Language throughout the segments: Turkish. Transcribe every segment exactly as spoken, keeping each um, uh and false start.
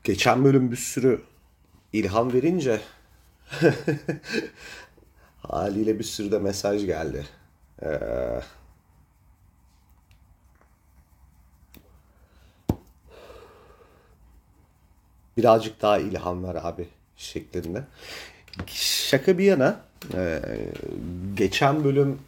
Geçen bölüm bir sürü ilham verince haliyle bir sürü de mesaj geldi. Ee, Birazcık daha ilham ver abi şeklinde. Şaka bir yana, e, geçen bölüm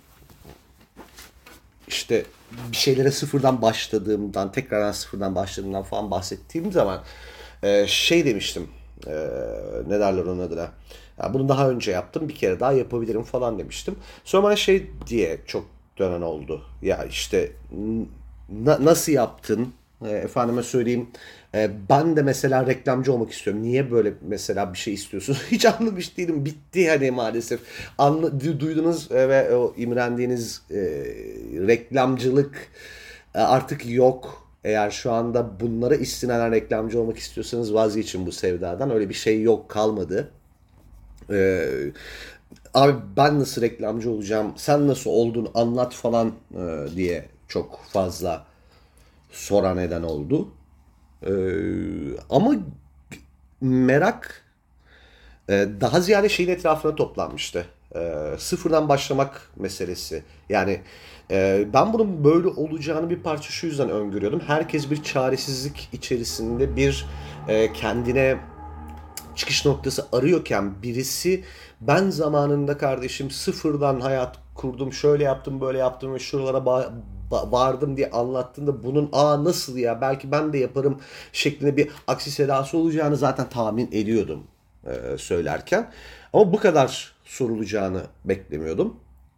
işte bir şeylere sıfırdan başladığımdan, tekrardan sıfırdan başladığımdan falan bahsettiğim zaman e, şey demiştim. E, Ne derler onun adına? Ya bunu daha önce yaptım, bir kere daha yapabilirim falan demiştim. Sonra bana şey diye çok dönen oldu. Ya işte na- nasıl yaptın? E, efendime söyleyeyim. E, ben de mesela reklamcı olmak istiyorum. Niye böyle mesela bir şey istiyorsun? Hiç anlamış değilim. Bitti hani maalesef. Anla, du- duydunuz e, ve o imrendiğiniz e, reklamcılık e, artık yok. Eğer şu anda bunlara istinaden reklamcı olmak istiyorsanız vazgeçin bu sevdadan. Öyle bir şey yok, kalmadı. Ee, Abi ben nasıl reklamcı olacağım, sen nasıl oldun anlat falan e, diye çok fazla soran neden oldu. Ee, Ama merak e, daha ziyade şeyin etrafına toplanmıştı. Ee, sıfırdan başlamak meselesi. Yani e, ben bunun böyle olacağını bir parça şu yüzden öngörüyordum. Herkes bir çaresizlik içerisinde bir e, kendine çıkış noktası arıyorken birisi ben zamanında kardeşim sıfırdan hayat kurdum, şöyle yaptım, böyle yaptım ve şuralara ba- ba- vardım diye anlattığında bunun aa nasıl ya belki ben de yaparım şeklinde bir aksi sedası olacağını zaten tahmin ediyordum e, söylerken. Ama bu kadar sorulacağını beklemiyordum.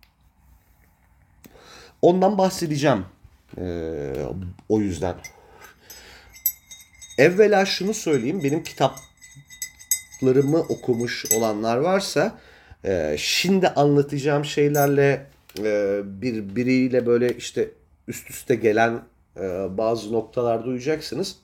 Ondan bahsedeceğim. E, O yüzden. Evvela şunu söyleyeyim. Benim kitap kitaplarımı okumuş olanlar varsa e, şimdi anlatacağım şeylerle e, birbiriyle böyle işte üst üste gelen e, bazı noktalar duyacaksınız.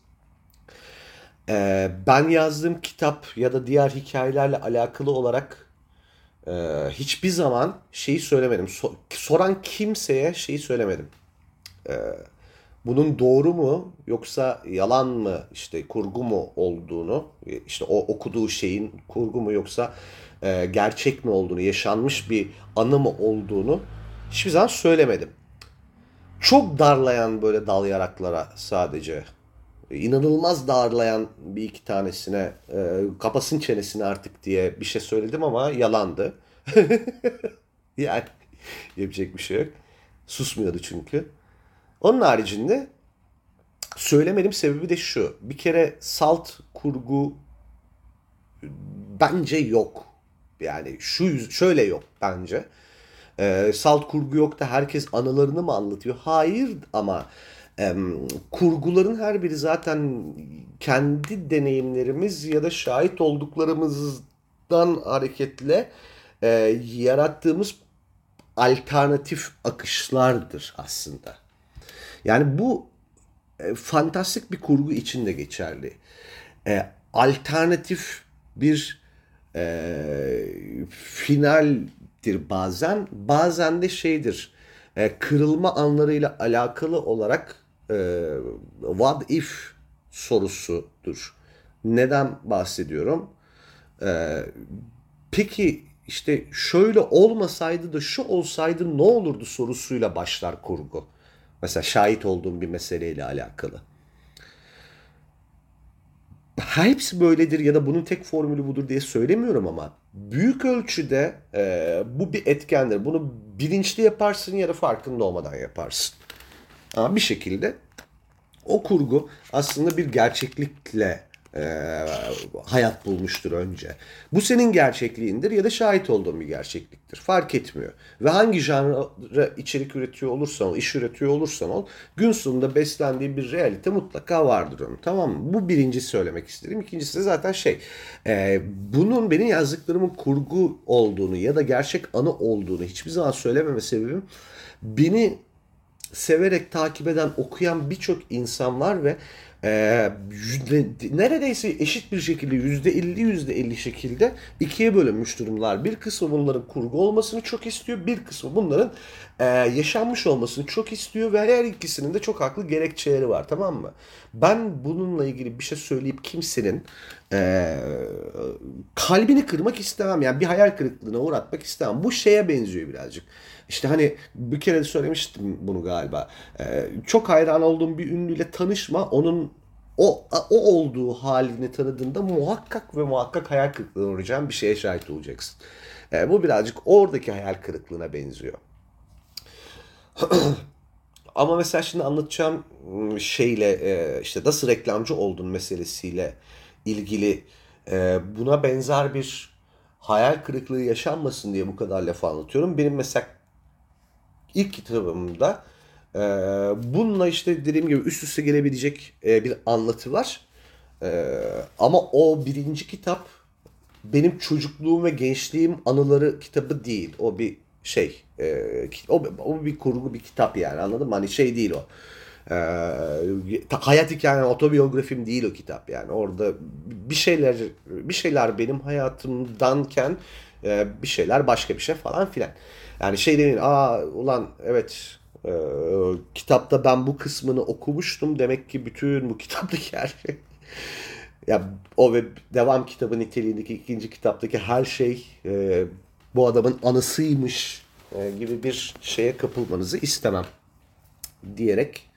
E, ben yazdığım kitap ya da diğer hikayelerle alakalı olarak e, hiçbir zaman şeyi söylemedim. So- soran kimseye şeyi söylemedim. Bunun doğru mu yoksa yalan mı işte kurgu mu olduğunu işte o okuduğu şeyin kurgu mu yoksa e, gerçek mi olduğunu yaşanmış bir anı mı olduğunu hiçbir zaman söylemedim. Çok darlayan böyle dal yaraklara sadece inanılmaz darlayan bir iki tanesine e, kapasın çenesini artık diye bir şey söyledim ama yalandı. Yani yapacak bir şey yok. Susmuyordu çünkü. Onun haricinde söylemedim sebebi de şu. Bir kere salt kurgu bence yok. Yani şu yüz- şöyle yok bence. Ee, salt kurgu yok da herkes anılarını mı anlatıyor? Hayır ama em, kurguların her biri zaten kendi deneyimlerimiz ya da şahit olduklarımızdan hareketle e, yarattığımız alternatif akışlardır aslında. Yani bu e, fantastik bir kurgu için de geçerli. E, alternatif bir e, finaldir bazen. Bazen de şeydir. E, kırılma anlarıyla alakalı olarak e, what if sorusudur. Neden bahsediyorum? E, peki işte şöyle olmasaydı da şu olsaydı ne olurdu sorusuyla başlar kurgu. Mesela şahit olduğum bir meseleyle alakalı. Hepsi böyledir ya da bunun tek formülü budur diye söylemiyorum ama büyük ölçüde e, bu bir etkendir. Bunu bilinçli yaparsın ya da farkında olmadan yaparsın. Ama bir şekilde o kurgu aslında bir gerçeklikle e, hayat bulmuştur önce. Bu senin gerçekliğindir ya da şahit olduğun bir gerçekliktir. Fark etmiyor. Ve hangi janra içerik üretiyor olursan ol, iş üretiyor olursan ol, gün sonunda beslendiği bir realite mutlaka vardır onun. Tamam mı? Bu birinci söylemek istedim. İkincisi de zaten şey, e, bunun benim yazdıklarımın kurgu olduğunu ya da gerçek anı olduğunu hiçbir zaman söylememe sebebim beni severek takip eden, okuyan birçok insan var ve Ee, yüzde, neredeyse eşit bir şekilde yüzde elli yüzde elli şekilde ikiye bölünmüş durumlar. Bir kısmı bunların kurgu olmasını çok istiyor. Bir kısmı bunların e, yaşanmış olmasını çok istiyor ve her ikisinin de çok haklı gerekçeleri var, tamam mı? Ben bununla ilgili bir şey söyleyip kimsenin e, kalbini kırmak istemem. Yani bir hayal kırıklığına uğratmak istemem. Bu şeye benziyor birazcık. İşte hani bir kere de söylemiştim bunu galiba. Ee, çok hayran olduğum bir ünlüyle tanışma. Onun o o olduğu halini tanıdığında muhakkak ve muhakkak hayal kırıklığına uğrayacağın bir şeye şahit olacaksın. Ee, bu birazcık oradaki hayal kırıklığına benziyor. Ama mesela şimdi anlatacağım şeyle e, işte nasıl reklamcı oldun meselesiyle ilgili e, buna benzer bir hayal kırıklığı yaşanmasın diye bu kadar lafı anlatıyorum. Benim mesela ilk kitabımda e, bununla işte dediğim gibi üst üste gelebilecek e, bir anlatı var. E, ama o birinci kitap benim çocukluğum ve gençliğim anıları kitabı değil. O bir şey. E, o, o bir kurgu bir kitap yani, anladın mı? Hani şey değil o. E, hayat hikayem, otobiyografim değil o kitap yani. Orada bir şeyler bir şeyler benim hayatımdanken e, bir şeyler başka bir şey falan filan. Yani şey demeyin, aa ulan evet e, kitapta ben bu kısmını okumuştum. Demek ki bütün bu kitaptaki her şey ya o ve devam kitabı niteliğindeki ikinci kitaptaki her şey e, bu adamın anısıymış e, gibi bir şeye kapılmanızı istemem diyerek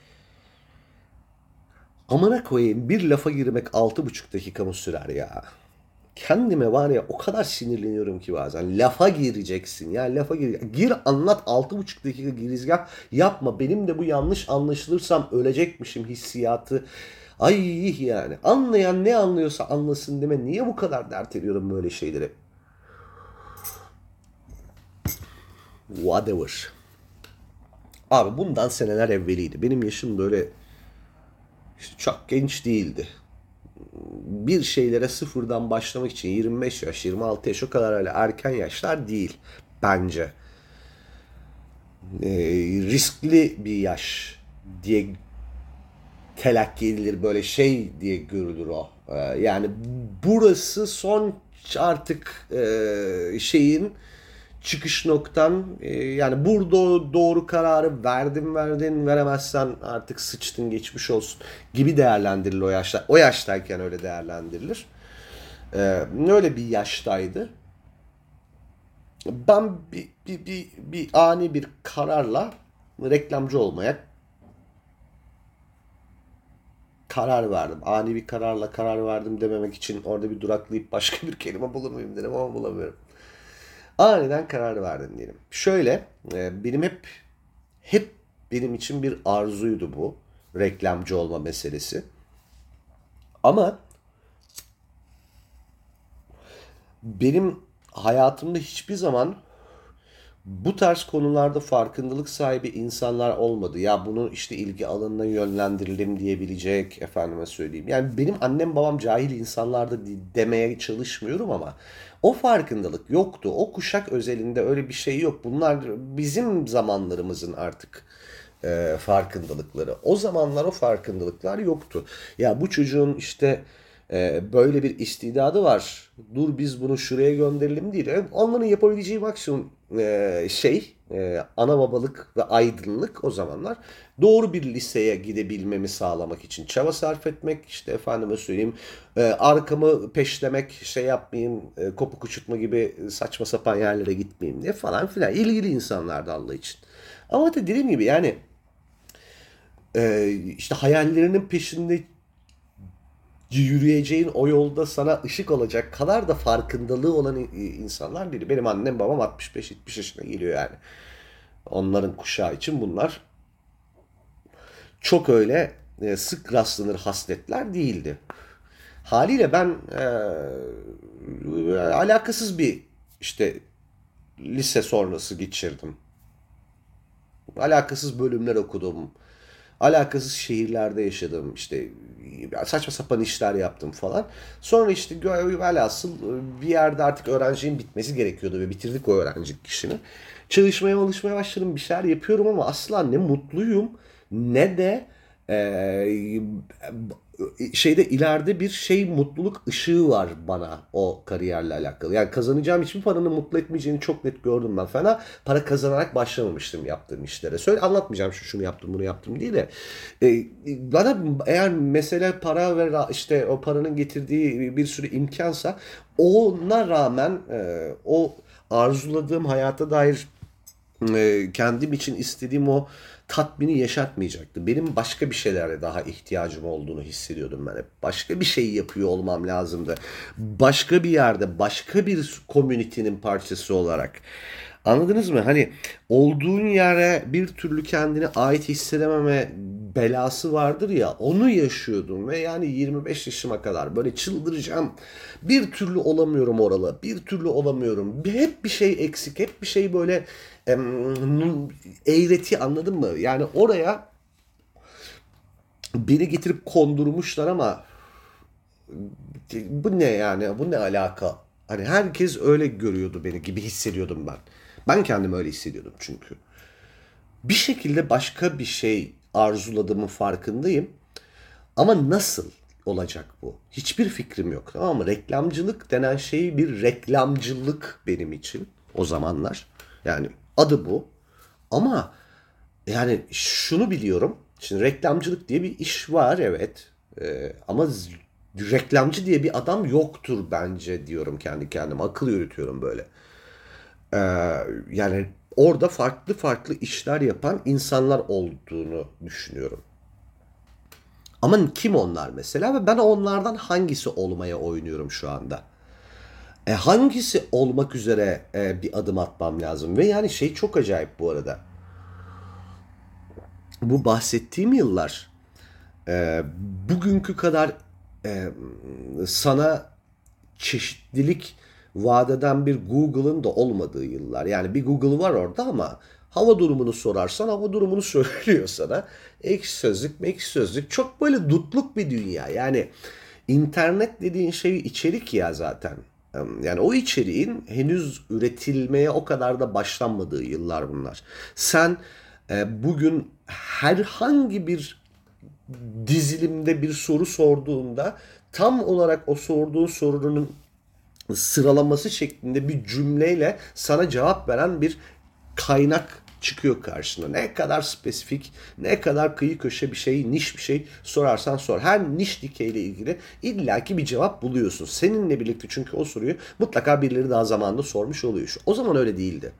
amına koyayım, bir lafa girmek altı buçuk dakikamı sürer ya. Kendime var ya o kadar sinirleniyorum ki bazen. Lafa gireceksin ya, lafa gir. Gir anlat, altı buçuk dakika girizgah yapma. Benim de bu yanlış anlaşılırsam ölecekmişim hissiyatı. Ay yani. Anlayan ne anlıyorsa anlasın deme. Niye bu kadar dert ediyorum böyle şeyleri? Whatever. Abi bundan seneler evveliydi. Benim yaşım böyle işte çok genç değildi. Bir şeylere sıfırdan başlamak için yirmi beş yaş, yirmi altı yaş o kadar öyle erken yaşlar değil bence. Ee, riskli bir yaş diye telakki edilir, böyle şey diye görülür o. Ee, yani burası son artık e, şeyin çıkış noktan, e, yani burada doğru kararı verdin verdin veremezsen artık sıçtın geçmiş olsun gibi değerlendirilir o yaşta. O yaştayken öyle değerlendirilir. Ee, öyle bir yaştaydı. Ben bir, bir, bir, bir ani bir kararla reklamcı olmaya karar verdim. Ani bir kararla karar verdim dememek için orada bir duraklayıp başka bir kelime bulur muyum dedim ama bulamıyorum. Aniden karar verdim diyelim. Şöyle e, benim hep hep benim için bir arzuydu bu reklamcı olma meselesi. Ama benim hayatımda hiçbir zaman bu tarz konularda farkındalık sahibi insanlar olmadı. Ya bunu işte ilgi alanına yönlendirelim diyebilecek, efendime söyleyeyim. Yani benim annem babam cahil insanlardı demeye çalışmıyorum ama o farkındalık yoktu. O kuşak özelinde öyle bir şey yok. Bunlar bizim zamanlarımızın artık e, farkındalıkları. O zamanlar o farkındalıklar yoktu. Ya bu çocuğun işte e, böyle bir istidadı var. Dur biz bunu şuraya gönderelim değil. Yani onların yapabileceği maksimum e, şey e, ana babalık ve aydınlık o zamanlar. Doğru bir liseye gidebilmemi sağlamak için çaba sarf etmek, işte efendime söyleyeyim e, arkamı peşlemek, şey yapmayayım, e, kopuk uçurtma gibi saçma sapan yerlere gitmeyeyim diye falan filan. İlgili insanlardı Allah için. Ama da dediğim gibi yani e, işte hayallerinin peşinde yürüyeceğin o yolda sana ışık olacak kadar da farkındalığı olan insanlar değil. Benim annem babam altmış beş yetmiş yaşına geliyor yani. Onların kuşağı için bunlar çok öyle e, sık rastlanır hasletler değildi. Haliyle ben e, alakasız bir işte lise sonrası geçirdim. Alakasız bölümler okudum. Alakasız şehirlerde yaşadım. İşte saçma sapan işler yaptım falan. Sonra işte velhasıl bir yerde artık öğrenciliğin bitmesi gerekiyordu ve bitirdik o öğrencilik işini. Çalışmaya çalışmaya başladım. Bir şeyler yapıyorum ama asla ne mutluyum ne de Ee, şeyde ileride bir şey mutluluk ışığı var bana o kariyerle alakalı. Yani kazanacağım hiçbir paranın mutlu etmeyeceğini çok net gördüm ben. Fena para kazanarak başlamamıştım yaptığım işlere. Söyle anlatmayacağım şu şunu yaptım bunu yaptım diye de. Ee, bana eğer mesele para ve işte o paranın getirdiği bir sürü imkansa ona rağmen e, o arzuladığım hayata dair e, kendim için istediğim o tatmini yaşatmayacaktı. Benim başka bir şeylere daha ihtiyacım olduğunu hissediyordum ben hep. Başka bir şey yapıyor olmam lazımdı. Başka bir yerde, başka bir komünitenin parçası olarak. Anladınız mı? Hani olduğun yere bir türlü kendine ait hissedememe belası vardır ya, onu yaşıyordum ve yani yirmi beş yaşıma kadar böyle çıldıracağım. Bir türlü olamıyorum oralı. Bir türlü olamıyorum. Hep bir şey eksik. Hep bir şey böyle em, eğreti, anladın mı? Yani oraya beni getirip kondurmuşlar ama bu ne yani? Bu ne alaka? Hani herkes öyle görüyordu beni gibi hissediyordum ben. Ben kendimi öyle hissediyordum çünkü. Bir şekilde başka bir şey arzuladığımın farkındayım. Ama nasıl olacak bu? Hiçbir fikrim yok. Tamam mı? Reklamcılık denen şey bir reklamcılık benim için o zamanlar. Yani adı bu. Ama yani şunu biliyorum. Şimdi reklamcılık diye bir iş var, evet. Ee, ama z- reklamcı diye bir adam yoktur bence diyorum kendi kendime. Akıl yürütüyorum böyle. Ee, yani orada farklı farklı işler yapan insanlar olduğunu düşünüyorum. Ama kim onlar mesela ve ben onlardan hangisi olmaya oynuyorum şu anda? E hangisi olmak üzere e, bir adım atmam lazım? Ve yani şey çok acayip bu arada. Bu bahsettiğim yıllar e, bugünkü kadar e, sana çeşitlilik vaat eden bir Google'ın da olmadığı yıllar. Yani bir Google var orada ama hava durumunu sorarsan hava durumunu söylüyor sana. Ekşi Sözlük, Mekşi Sözlük çok böyle dutluk bir dünya. Yani internet dediğin şey içerik ya zaten. Yani o içeriğin henüz üretilmeye o kadar da başlanmadığı yıllar bunlar. Sen e, bugün herhangi bir dizilimde bir soru sorduğunda tam olarak o sorduğun sorunun sıralaması şeklinde bir cümleyle sana cevap veren bir kaynak çıkıyor karşına. Ne kadar spesifik, ne kadar kıyı köşe bir şey, niş bir şey sorarsan sor. Her niş dikeyle ilgili illaki bir cevap buluyorsun. Seninle birlikte çünkü o soruyu mutlaka birileri daha zamanında sormuş oluyor. O zaman öyle değildi.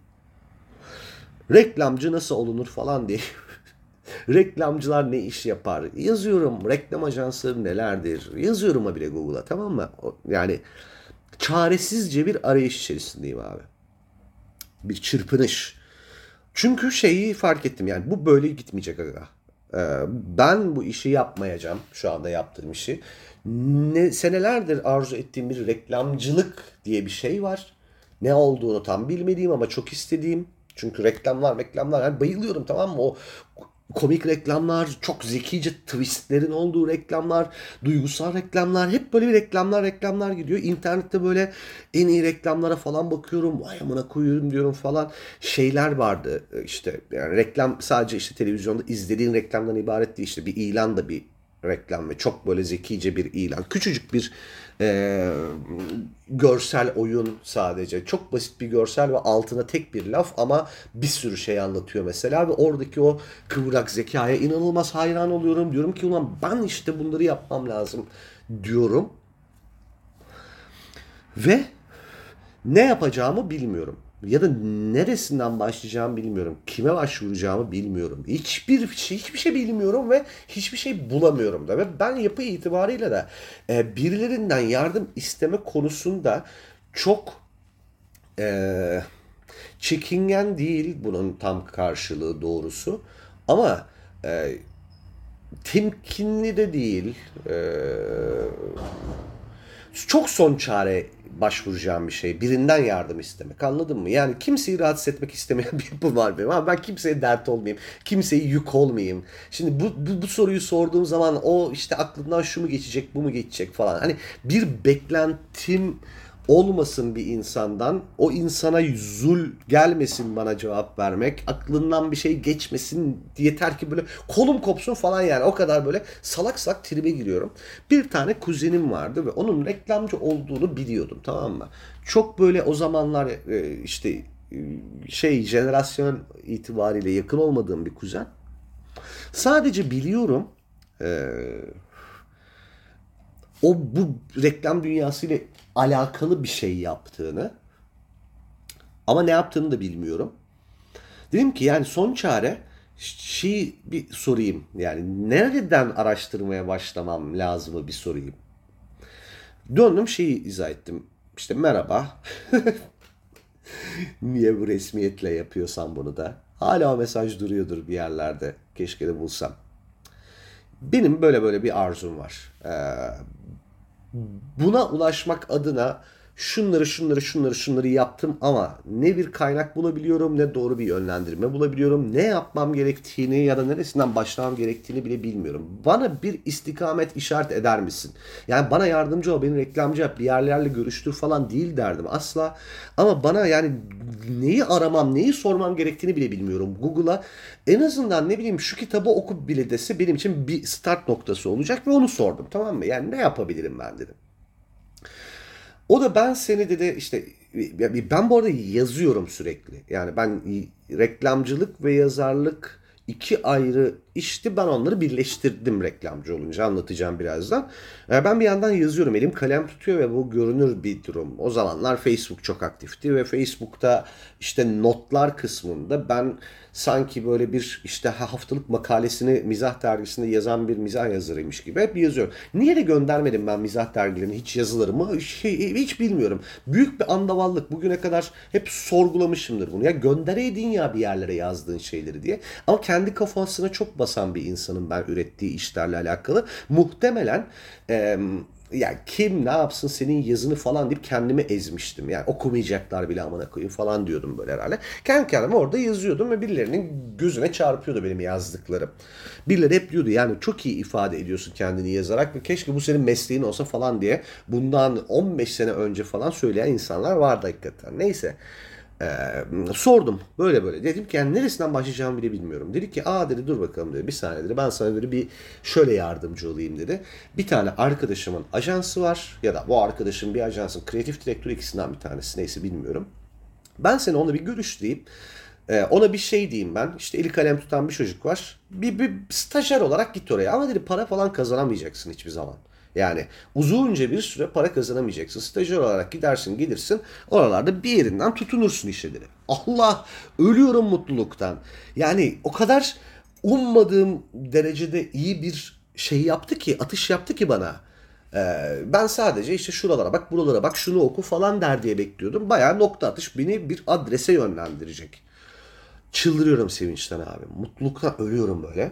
Reklamcı nasıl olunur falan diye. Reklamcılar ne iş yapar? Yazıyorum. Reklam ajansları nelerdir? Yazıyorum habire Google'a, tamam mı? Yani çaresizce bir arayış içerisindeyim abi. Bir çırpınış. Çünkü şeyi fark ettim, yani bu böyle gitmeyecek aga. Ee, ben bu işi yapmayacağım, şu anda yaptığım işi. Ne, senelerdir arzu ettiğim bir reklamcılık diye bir şey var. Ne olduğunu tam bilmediğim ama çok istediğim. Çünkü reklamlar reklamlar yani bayılıyorum, tamam mı? O komik reklamlar, çok zekice twistlerin olduğu reklamlar, duygusal reklamlar, hep böyle bir reklamlar reklamlar gidiyor. İnternette böyle en iyi reklamlara falan bakıyorum. Vay amına koyuyorum diyorum falan. Şeyler vardı işte, yani reklam sadece işte televizyonda izlediğin reklamdan ibaret değil. İşte bir ilan da bir reklam ve çok böyle zekice bir ilan. Küçücük bir e, görsel oyun sadece. Çok basit bir görsel ve altına tek bir laf ama bir sürü şey anlatıyor mesela ve oradaki o kıvrak zekaya inanılmaz hayran oluyorum. Diyorum ki ulan ben işte bunları yapmam lazım diyorum ve ne yapacağımı bilmiyorum. Ya da neresinden başlayacağımı bilmiyorum. Kime başvuracağımı bilmiyorum. Hiçbir şey, hiçbir şey bilmiyorum ve hiçbir şey bulamıyorum da. Ve ben yapı itibariyle de e, birilerinden yardım isteme konusunda çok e, çekingen değil, bunun tam karşılığı doğrusu. Ama e, temkinli de değil. E, çok son çare başvuracağım bir şey. Birinden yardım istemek. Anladın mı? Yani kimseyi rahatsız etmek istemeyen bir yapım var benim. Ama ben kimseye dert olmayayım. Kimseye yük olmayayım. Şimdi bu, bu, bu soruyu sorduğum zaman o işte aklından şu mu geçecek, bu mu geçecek falan. Hani bir beklentim olmasın bir insandan, o insana zul gelmesin bana cevap vermek, aklından bir şey geçmesin, yeter ki böyle kolum kopsun falan yani. O kadar böyle salak salak tribe giriyorum. Bir tane kuzenim vardı ve onun reklamcı olduğunu biliyordum, tamam mı? Çok böyle o zamanlar e, işte e, şey jenerasyon itibariyle yakın olmadığım bir kuzen. Sadece biliyorum e, o bu reklam dünyasıyla alakalı bir şey yaptığını, ama ne yaptığını da bilmiyorum. Dedim ki yani son çare şeyi bir sorayım. Yani nereden araştırmaya başlamam lazımı bir sorayım. Döndüm şeyi izah ettim. İşte merhaba. Niye bu resmiyetle yapıyorsam bunu da. Hala o mesaj duruyordur bir yerlerde. Keşke de bulsam. Benim böyle böyle bir arzum var. Ee, buna ulaşmak adına şunları şunları şunları şunları yaptım ama ne bir kaynak bulabiliyorum ne doğru bir yönlendirme bulabiliyorum. Ne yapmam gerektiğini ya da neresinden başlamam gerektiğini bile bilmiyorum. Bana bir istikamet işaret eder misin? Yani bana yardımcı ol, beni reklamcı yap, bir yerlerle görüştür falan değil derdim asla. Ama bana yani neyi aramam, neyi sormam gerektiğini bile bilmiyorum. Google'a en azından ne bileyim şu kitabı oku bile dese benim için bir start noktası olacak ve onu sordum, tamam mı? Yani ne yapabilirim ben dedim. O da ben seni dedi işte, ben bu arada yazıyorum sürekli. Yani ben reklamcılık ve yazarlık iki ayrı işti. Ben onları birleştirdim reklamcı olunca, anlatacağım birazdan. Ben bir yandan yazıyorum. Elim kalem tutuyor ve bu görünür bir durum. O zamanlar Facebook çok aktifti ve Facebook'ta işte notlar kısmında ben sanki böyle bir işte haftalık makalesini mizah dergisinde yazan bir mizah yazarıymış gibi hep yazıyorum. Niye de göndermedim ben mizah dergilerine hiç yazılarımı, şey, hiç bilmiyorum. Büyük bir andavallık. Bugüne kadar hep sorgulamışımdır bunu. Ya göndereydin ya bir yerlere yazdığın şeyleri diye. Ama kendi kafasına çok basan bir insanım ben ürettiği işlerle alakalı. Muhtemelen e, yani kim ne yapsın senin yazını falan deyip kendimi ezmiştim. Yani okumayacaklar bile amına koyayım falan diyordum böyle herhalde. Kendi kendime orada yazıyordum ve birilerinin gözüne çarpıyordu benim yazdıklarım. Birileri hep diyordu yani çok iyi ifade ediyorsun kendini yazarak ve keşke bu senin mesleğin olsa falan diye bundan on beş sene önce falan söyleyen insanlar vardı hakikaten. Neyse. Ee, sordum böyle böyle, dedim ki yani neresinden başlayacağımı bile bilmiyorum. Dedi ki aa dedi dur bakalım dedi, bir saniye dedi, ben sana böyle bir şöyle yardımcı olayım dedi. Bir tane arkadaşımın ajansı var ya da bu arkadaşım bir ajansın kreatif direktörü, ikisinden bir tanesi, neyse bilmiyorum. Ben seni onunla bir görüştüreyim. Ee, ona bir şey diyeyim ben. İşte eli kalem tutan bir çocuk var. Bir, bir stajyer olarak git oraya. Ama dedi para falan kazanamayacaksın hiçbir zaman. Yani uzunca bir süre para kazanamayacaksın. Stajyer olarak gidersin gelirsin. Oralarda bir yerinden tutunursun işte dedi. Allah, ölüyorum mutluluktan. Yani o kadar ummadığım derecede iyi bir şey yaptı ki, atış yaptı ki bana. Ee, ben sadece işte şuralara bak, buralara bak, şunu oku falan der diye bekliyordum. Bayağı nokta atış beni bir adrese yönlendirecek. Çıldırıyorum sevinçten abi. Mutluluktan ölüyorum böyle.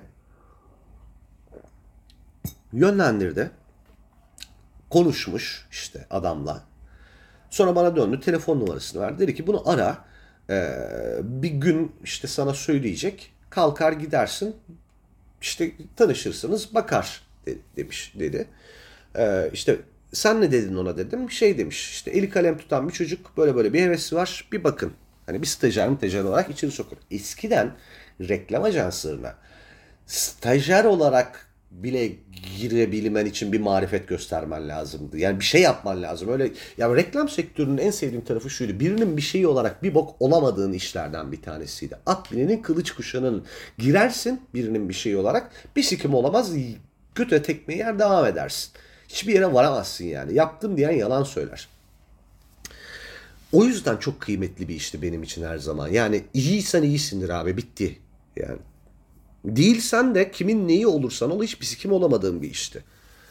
Yönlendirdi. Konuşmuş işte adamla. Sonra bana döndü, telefon numarasını verdi. Dedi ki bunu ara. Ee, bir gün işte sana söyleyecek. Kalkar gidersin. İşte tanışırsınız bakar de, demiş dedi. Ee, işte sen ne dedin ona dedim. Şey demiş işte, eli kalem tutan bir çocuk, böyle böyle bir hevesi var. Bir bakın. Hani bir stajyer mi stajyer olarak içeri sokun. Eskiden reklam ajanslarına stajyer olarak bile girebilmen için bir marifet göstermen lazımdı. Yani bir şey yapman lazım. Öyle ya, reklam sektörünün en sevdiğim tarafı şuydu. Birinin bir şeyi olarak bir bok olamadığın işlerden bir tanesiydi. At binenin kılıç kuşanın. Girersin birinin bir şeyi olarak. Bir sikim olamaz. Göte tekmeyi yer devam edersin. Hiçbir yere varamazsın yani. Yaptım diyen yalan söyler. O yüzden çok kıymetli bir işti benim için her zaman. Yani iyiysen iyisindir abi, bitti. Yani değilsen de kimin neyi olursan ol hiçbir sikim olamadığım bir işti.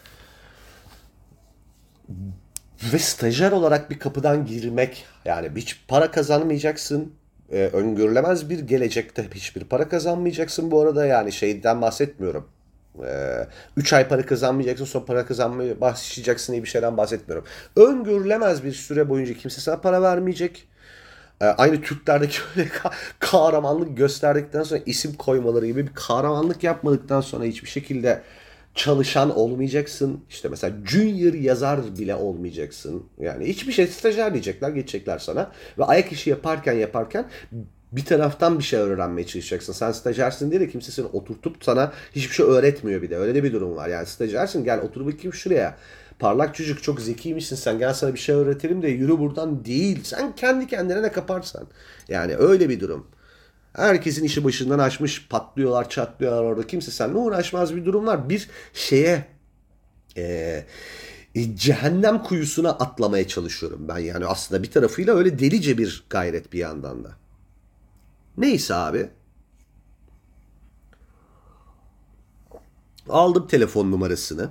Ve stajyer olarak bir kapıdan girmek, yani hiç para kazanmayacaksın. Ee, öngörülemez bir gelecekte hiçbir para kazanmayacaksın bu arada, yani şeyden bahsetmiyorum. üç ay para kazanmayacaksın, sonra para kazanmaya başlayacaksın diye bir şeyden bahsetmiyorum. Öngörülemez bir süre boyunca kimse sana para vermeyecek. Aynı Türklerdeki öyle kahramanlık gösterdikten sonra isim koymaları gibi bir kahramanlık yapmadıktan sonra hiçbir şekilde çalışan olmayacaksın. İşte mesela junior yazar bile olmayacaksın. Yani hiçbir şey, stajyer diyecekler, geçecekler sana. Ve ayak işi yaparken yaparken bir taraftan bir şey öğrenmeye çalışacaksın. Sen stajyersin diye de kimse seni oturtup sana hiçbir şey öğretmiyor bir de. Öyle de bir durum var. Yani stajyersin, gel otur bakayım şuraya. Parlak çocuk, çok zekiymişsin sen, gel sana bir şey öğretelim de yürü buradan değil. Sen kendi kendine ne kaparsan. Yani öyle bir durum. Herkesin işi başından aşmış, patlıyorlar, çatlıyorlar orada. Kimse seninle uğraşmaz bir durum var. Bir şeye e, e, cehennem kuyusuna atlamaya çalışıyorum ben. Yani aslında bir tarafıyla öyle delice bir gayret bir yandan da. Neyse abi. Aldım telefon numarasını.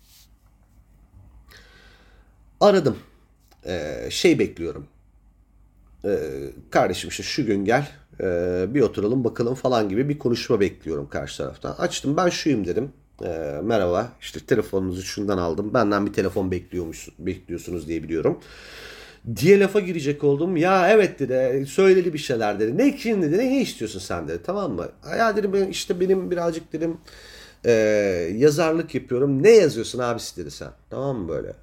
Aradım. Ee, şey bekliyorum. Ee, kardeşim işte şu gün gel. Ee, bir oturalım bakalım falan gibi bir konuşma bekliyorum karşı taraftan. Açtım, ben şuyum dedim. Ee, merhaba, işte telefonunuzu şundan aldım. Benden bir telefon bekliyormuş, bekliyorsunuz diye biliyorum. Diye lafa girecek oldum. Ya evet dedi, söyledi bir şeyler dedi. Ne kim dedi, ne istiyorsun sen dedi, tamam mı? Ya dedim, ben işte benim birazcık dedim e, yazarlık yapıyorum. Ne yazıyorsun abisi dedi sen. Tamam mı böyle?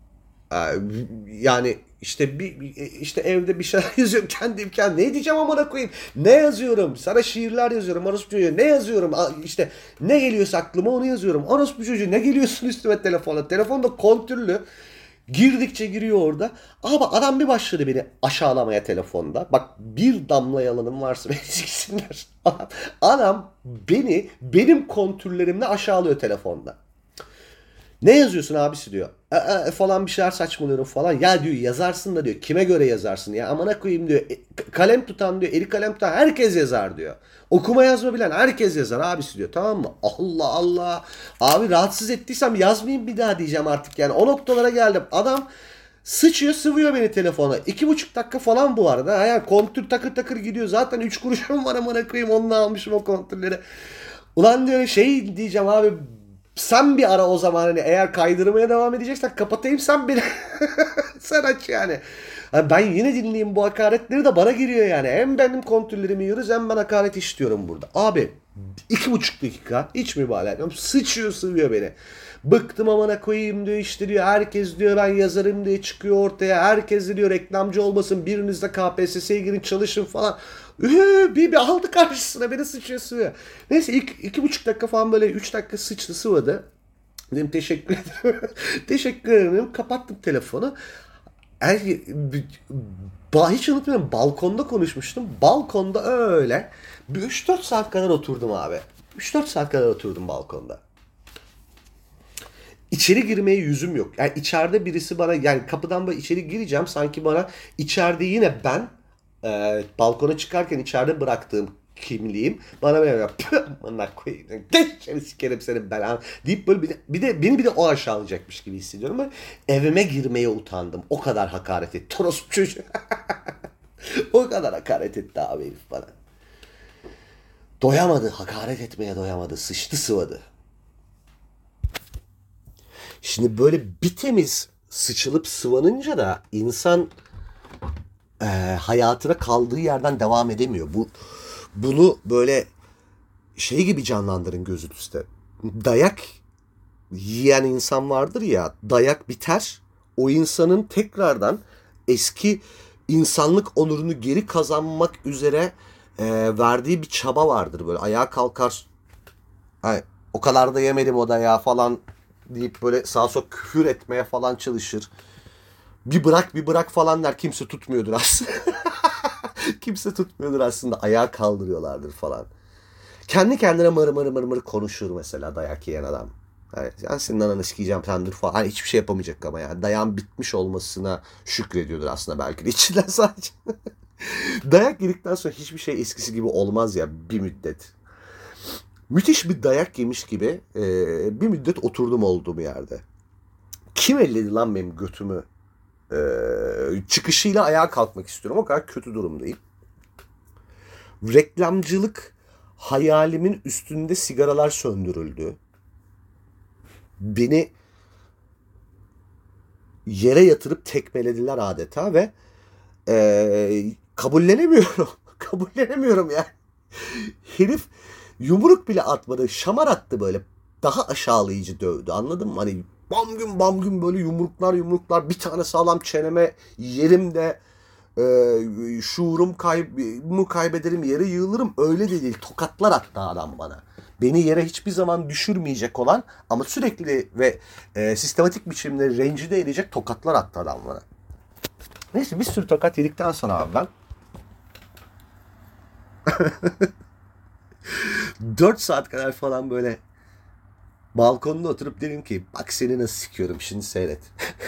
Yani işte bir işte evde bir şeyler yazıyorum kendi imkan. Ne diyeceğim amına koyayım? Ne yazıyorum? Sana şiirler yazıyorum. Orospu çocuğu ne yazıyorum? İşte ne geliyorsa aklıma onu yazıyorum. Orospu çocuğu ne geliyorsun üstüme telefonla? Telefon da kontürlü. Girdikçe giriyor orada. Ama adam bir başladı beni aşağılamaya telefonda. Bak, bir damla yalanım varsa beni siksinler. Adam, adam beni benim kontürlerimle aşağılıyor telefonda. Ne yazıyorsun abisi diyor. E, e, falan bir şeyler saçmalıyorum falan. Ya diyor, yazarsın da diyor. Kime göre yazarsın ya? Amına koyayım diyor. E, kalem tutan diyor. Eli kalem tutan herkes yazar diyor. Okuma yazma bilen herkes yazar abisi diyor. Tamam mı? Allah Allah. Abi rahatsız ettiysem yazmayayım bir daha diyeceğim artık yani. O noktalara geldim. Adam sıçıyor sıvıyor beni telefona. İki buçuk dakika falan bu arada. Yani kontür takır takır gidiyor. Zaten üç kuruşum var amına koyayım. Onunla almışım o kontürleri. Ulan diyor şey diyeceğim abi. Sen bir ara o zaman, hani eğer kaydırmaya devam edeceksen kapatayım, sen beni sen aç yani. Yani ben yine dinleyeyim bu hakaretleri de bana giriyor yani. Hem benim kontürlerimi yiyoruz hem ben hakaret istiyorum burada. Abi iki buçuk dakika hiç mübalağa etmiyorum. Sıçıyor sıvıyor beni. Bıktım amına koyayım diyor, işte diyor herkes diyor ben yazarım diye çıkıyor ortaya. Herkes diyor reklamcı olmasın, biriniz de K P S S'ye girin çalışın falan. Üh, bir, bir aldı karşısına beni, sıçıyor sıvıyor. Neyse ilk iki buçuk dakika falan böyle üç dakika sıçtı sıvadı. Dedim teşekkür ederim. Teşekkür ederim. Kapattım telefonu. Er, hiç unutmuyorum, balkonda konuşmuştum. Balkonda öyle bir üç dört saat kadar oturdum abi. üç dört saat kadar oturdum balkonda. İçeri girmeye yüzüm yok. Yani içeride birisi bana, yani kapıdan böyle içeri gireceğim sanki bana içeride yine ben e, balkona çıkarken içeride bıraktığım kimliğim bana böyle yapıyor. Bana koyayım. Seni sikerim senin belanı deyip böyle bir de, bir de beni bir de o aşağılayacakmış gibi hissediyorum. Böyle evime girmeye utandım. O kadar hakaret etti. Torospu çocuğu. O kadar hakaret etti abi herif bana. Doyamadı. Hakaret etmeye doyamadı. Sıçtı sıvadı. Şimdi böyle bir temiz sıçılıp sıvanınca da insan e, hayatına kaldığı yerden devam edemiyor. Bu bunu böyle şey gibi canlandırın gözünüzde. Dayak yiyen insan vardır ya, dayak biter. O insanın tekrardan eski insanlık onurunu geri kazanmak üzere e, verdiği bir çaba vardır. Böyle ayağa kalkar. Ay, o kadar da yemedim o dayağı falan deyip böyle sağa sola küfür etmeye falan çalışır. Bir bırak bir bırak falan der. Kimse tutmuyordur aslında. Kimse tutmuyordur aslında. Ayağa kaldırıyorlardır falan. Kendi kendine mır mır mır mır konuşur mesela dayak yiyen adam. Yani, yani senin ananı sikeceğim sen dur falan. Hani hiçbir şey yapamayacak ama yani. Dayağın bitmiş olmasına şükrediyordur aslında belki de içinden sadece. Dayak yedikten sonra hiçbir şey eskisi gibi olmaz ya bir müddet. Müthiş bir dayak yemiş gibi e, bir müddet oturdum olduğum yerde. Kim elledi lan benim götümü? E, çıkışıyla ayağa kalkmak istiyorum. O kadar kötü durumdayım. Reklamcılık hayalimin üstünde sigaralar söndürüldü. Beni yere yatırıp tekmelediler adeta ve e, kabullenemiyorum. kabullenemiyorum yani. Herif yumruk bile atmadı. Şamar attı böyle. daha aşağılayıcı dövdü, anladın mı? Hani bam gün bam gün böyle yumruklar yumruklar, bir tane sağlam çeneme yerim de e, şuurum kaybımı kaybederim, yere yığılırım, öyle de değil. Tokatlar attı adam bana. Beni yere hiçbir zaman düşürmeyecek olan ama sürekli ve e, sistematik biçimde rencide edecek tokatlar attı adam bana. Neyse bir sürü tokat yedikten sonra abi ben dört saat kadar falan böyle balkonda oturup dedim ki bak seni nasıl sikiyorum şimdi seyret.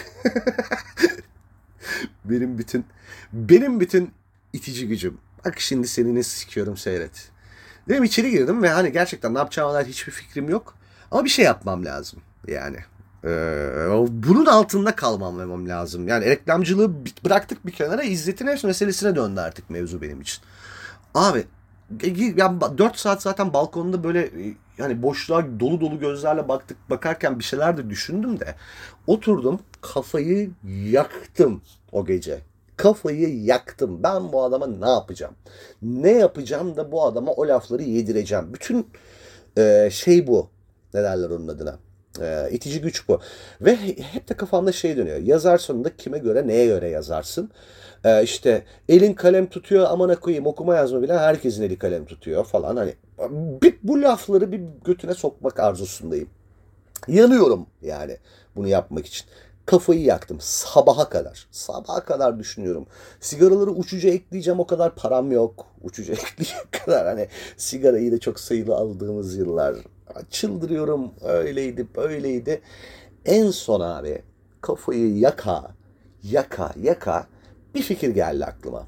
benim bütün benim bütün itici gücüm. Bak şimdi seni nasıl sikiyorum seyret. Dedim, içeri girdim ve hani gerçekten ne yapacağıma dair hiçbir fikrim yok. Ama bir şey yapmam lazım yani. Ee, bunun altında kalmam lazım. Yani reklamcılığı bıraktık bir kenara, İzzet'in hepsi meselesine döndü artık mevzu benim için. Abi yani dört saat zaten balkonda böyle yani boşluğa dolu dolu gözlerle baktık, bakarken bir şeyler de düşündüm de oturdum, kafayı yaktım o gece. Kafayı yaktım. Ben bu adama ne yapacağım? Ne yapacağım da bu adama o lafları yedireceğim? Bütün e, şey bu. Ne derler onun adına? E, itici güç bu. Ve hep de kafamda şey dönüyor. Yazar sonunda kime göre, neye göre yazarsın? E, işte elin kalem tutuyor, amına koyayım, okuma yazma bilen herkesin eli kalem tutuyor falan. Hani bir, bu lafları bir götüne sokmak arzusundayım. Yanıyorum yani bunu yapmak için. Kafayı yaktım sabaha kadar. Sabaha kadar düşünüyorum. Sigaraları uçuca ekleyeceğim, o kadar param yok. Uçuca ekleyecek kadar, hani sigarayı da çok sayılı aldığımız yıllar. Çıldırıyorum, öyleydi böyleydi. En son abi kafayı yaka yaka yaka bir fikir geldi aklıma.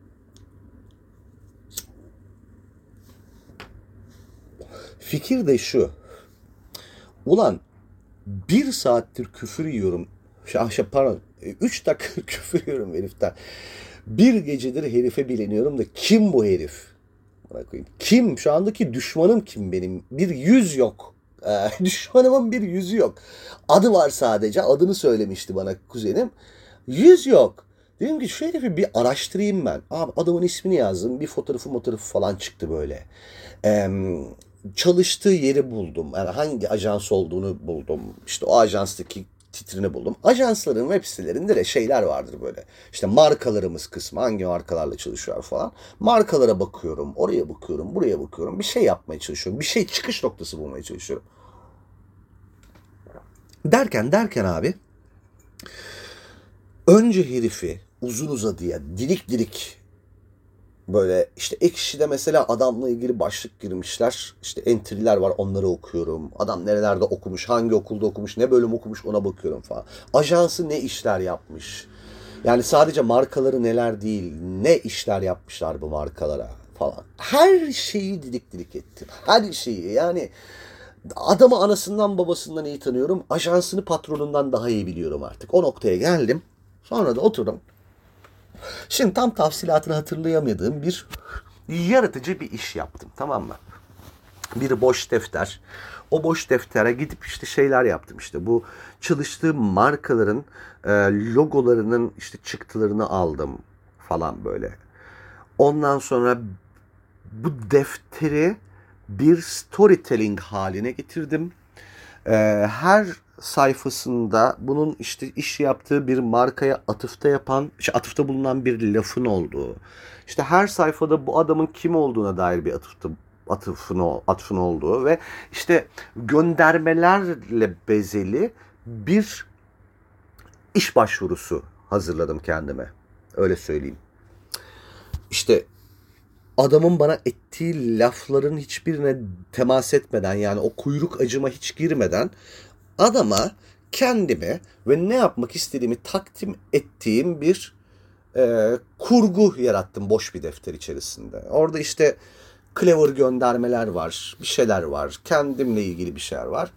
Fikir de şu. Ulan bir saattir küfür yiyorum. Şey, pardon. Üç dakika küfür yiyorum heriften. Bir gecedir herife bileniyorum da kim bu herif? Bana koyayım. Kim? Şu andaki düşmanım kim benim? Bir yüz yok. Ee, düşmanımın bir yüzü yok. Adı var sadece. Adını söylemişti bana kuzenim. Yüz yok. Dedim ki şu herifi bir araştırayım ben. Abi adamın ismini yazdım. Bir fotoğrafı fotoğrafı falan çıktı böyle. Eee... Çalıştığı yeri buldum. Yani hangi ajans olduğunu buldum. İşte o ajanstaki titrini buldum. Ajansların web sitelerinde de şeyler vardır böyle. İşte markalarımız kısmı, hangi markalarla çalışıyor falan. Markalara bakıyorum, oraya bakıyorum, buraya bakıyorum. Bir şey yapmaya çalışıyorum. Bir şey, çıkış noktası bulmaya çalışıyorum. Derken derken abi önce herifi uzun uzadıya, dilik dilik böyle işte Ekşi'de mesela adamla ilgili başlık girmişler. İşte entry'ler var, onları okuyorum. Adam nerelerde okumuş, hangi okulda okumuş, ne bölüm okumuş, ona bakıyorum falan. Ajansı ne işler yapmış. Yani sadece markaları neler değil, ne işler yapmışlar bu markalara falan. Her şeyi didik didik ettim. Her şeyi yani adamı anasından babasından iyi tanıyorum. Ajansını patronundan daha iyi biliyorum artık. O noktaya geldim. Sonra da oturdum. Şimdi tam tafsilatını hatırlayamadığım bir yaratıcı bir iş yaptım, tamam mı? Bir boş defter. O boş deftere gidip işte şeyler yaptım, işte bu çalıştığım markaların e, logolarının işte çıktılarını aldım falan böyle. Ondan sonra bu defteri bir storytelling haline getirdim. E, her sayfasında bunun işte iş yaptığı bir markaya atıfta yapan, işte atıfta bulunan bir lafın olduğu, işte her sayfada bu adamın kim olduğuna dair bir atıfta atıfın, atıfın olduğu ve işte göndermelerle bezeli bir iş başvurusu hazırladım kendime. Öyle söyleyeyim. İşte adamın bana ettiği lafların hiçbirine temas etmeden, yani o kuyruk acıma hiç girmeden adama kendimi ve ne yapmak istediğimi takdim ettiğim bir e, kurgu yarattım boş bir defter içerisinde. Orada işte clever göndermeler var, bir şeyler var, kendimle ilgili bir şeyler var.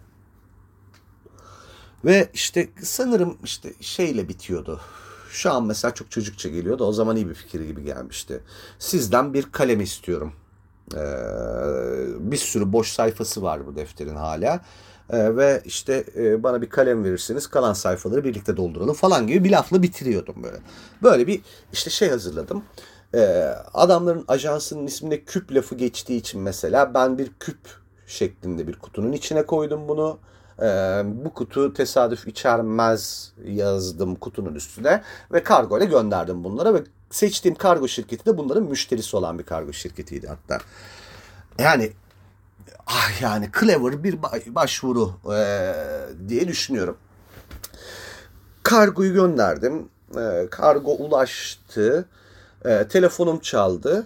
Ve işte sanırım işte şeyle bitiyordu. Şu an mesela çok çocukça geliyordu. O zaman iyi bir fikir gibi gelmişti. Sizden bir kalem istiyorum. Ee, bir sürü boş sayfası var bu defterin hala. Ee, ve işte e, bana bir kalem verirsiniz, kalan sayfaları birlikte dolduralım falan gibi bir lafla bitiriyordum böyle. Böyle bir işte şey hazırladım. Ee, adamların ajansının isminde küp lafı geçtiği için mesela ben bir küp şeklinde bir kutunun içine koydum bunu. Ee, bu kutu tesadüf içermez yazdım kutunun üstüne ve kargo ile gönderdim bunlara ve seçtiğim kargo şirketi de bunların müşterisi olan bir kargo şirketiydi hatta. Yani ah yani clever bir başvuru ee, diye düşünüyorum. Kargoyu gönderdim. Ee, kargo ulaştı. Ee, telefonum çaldı.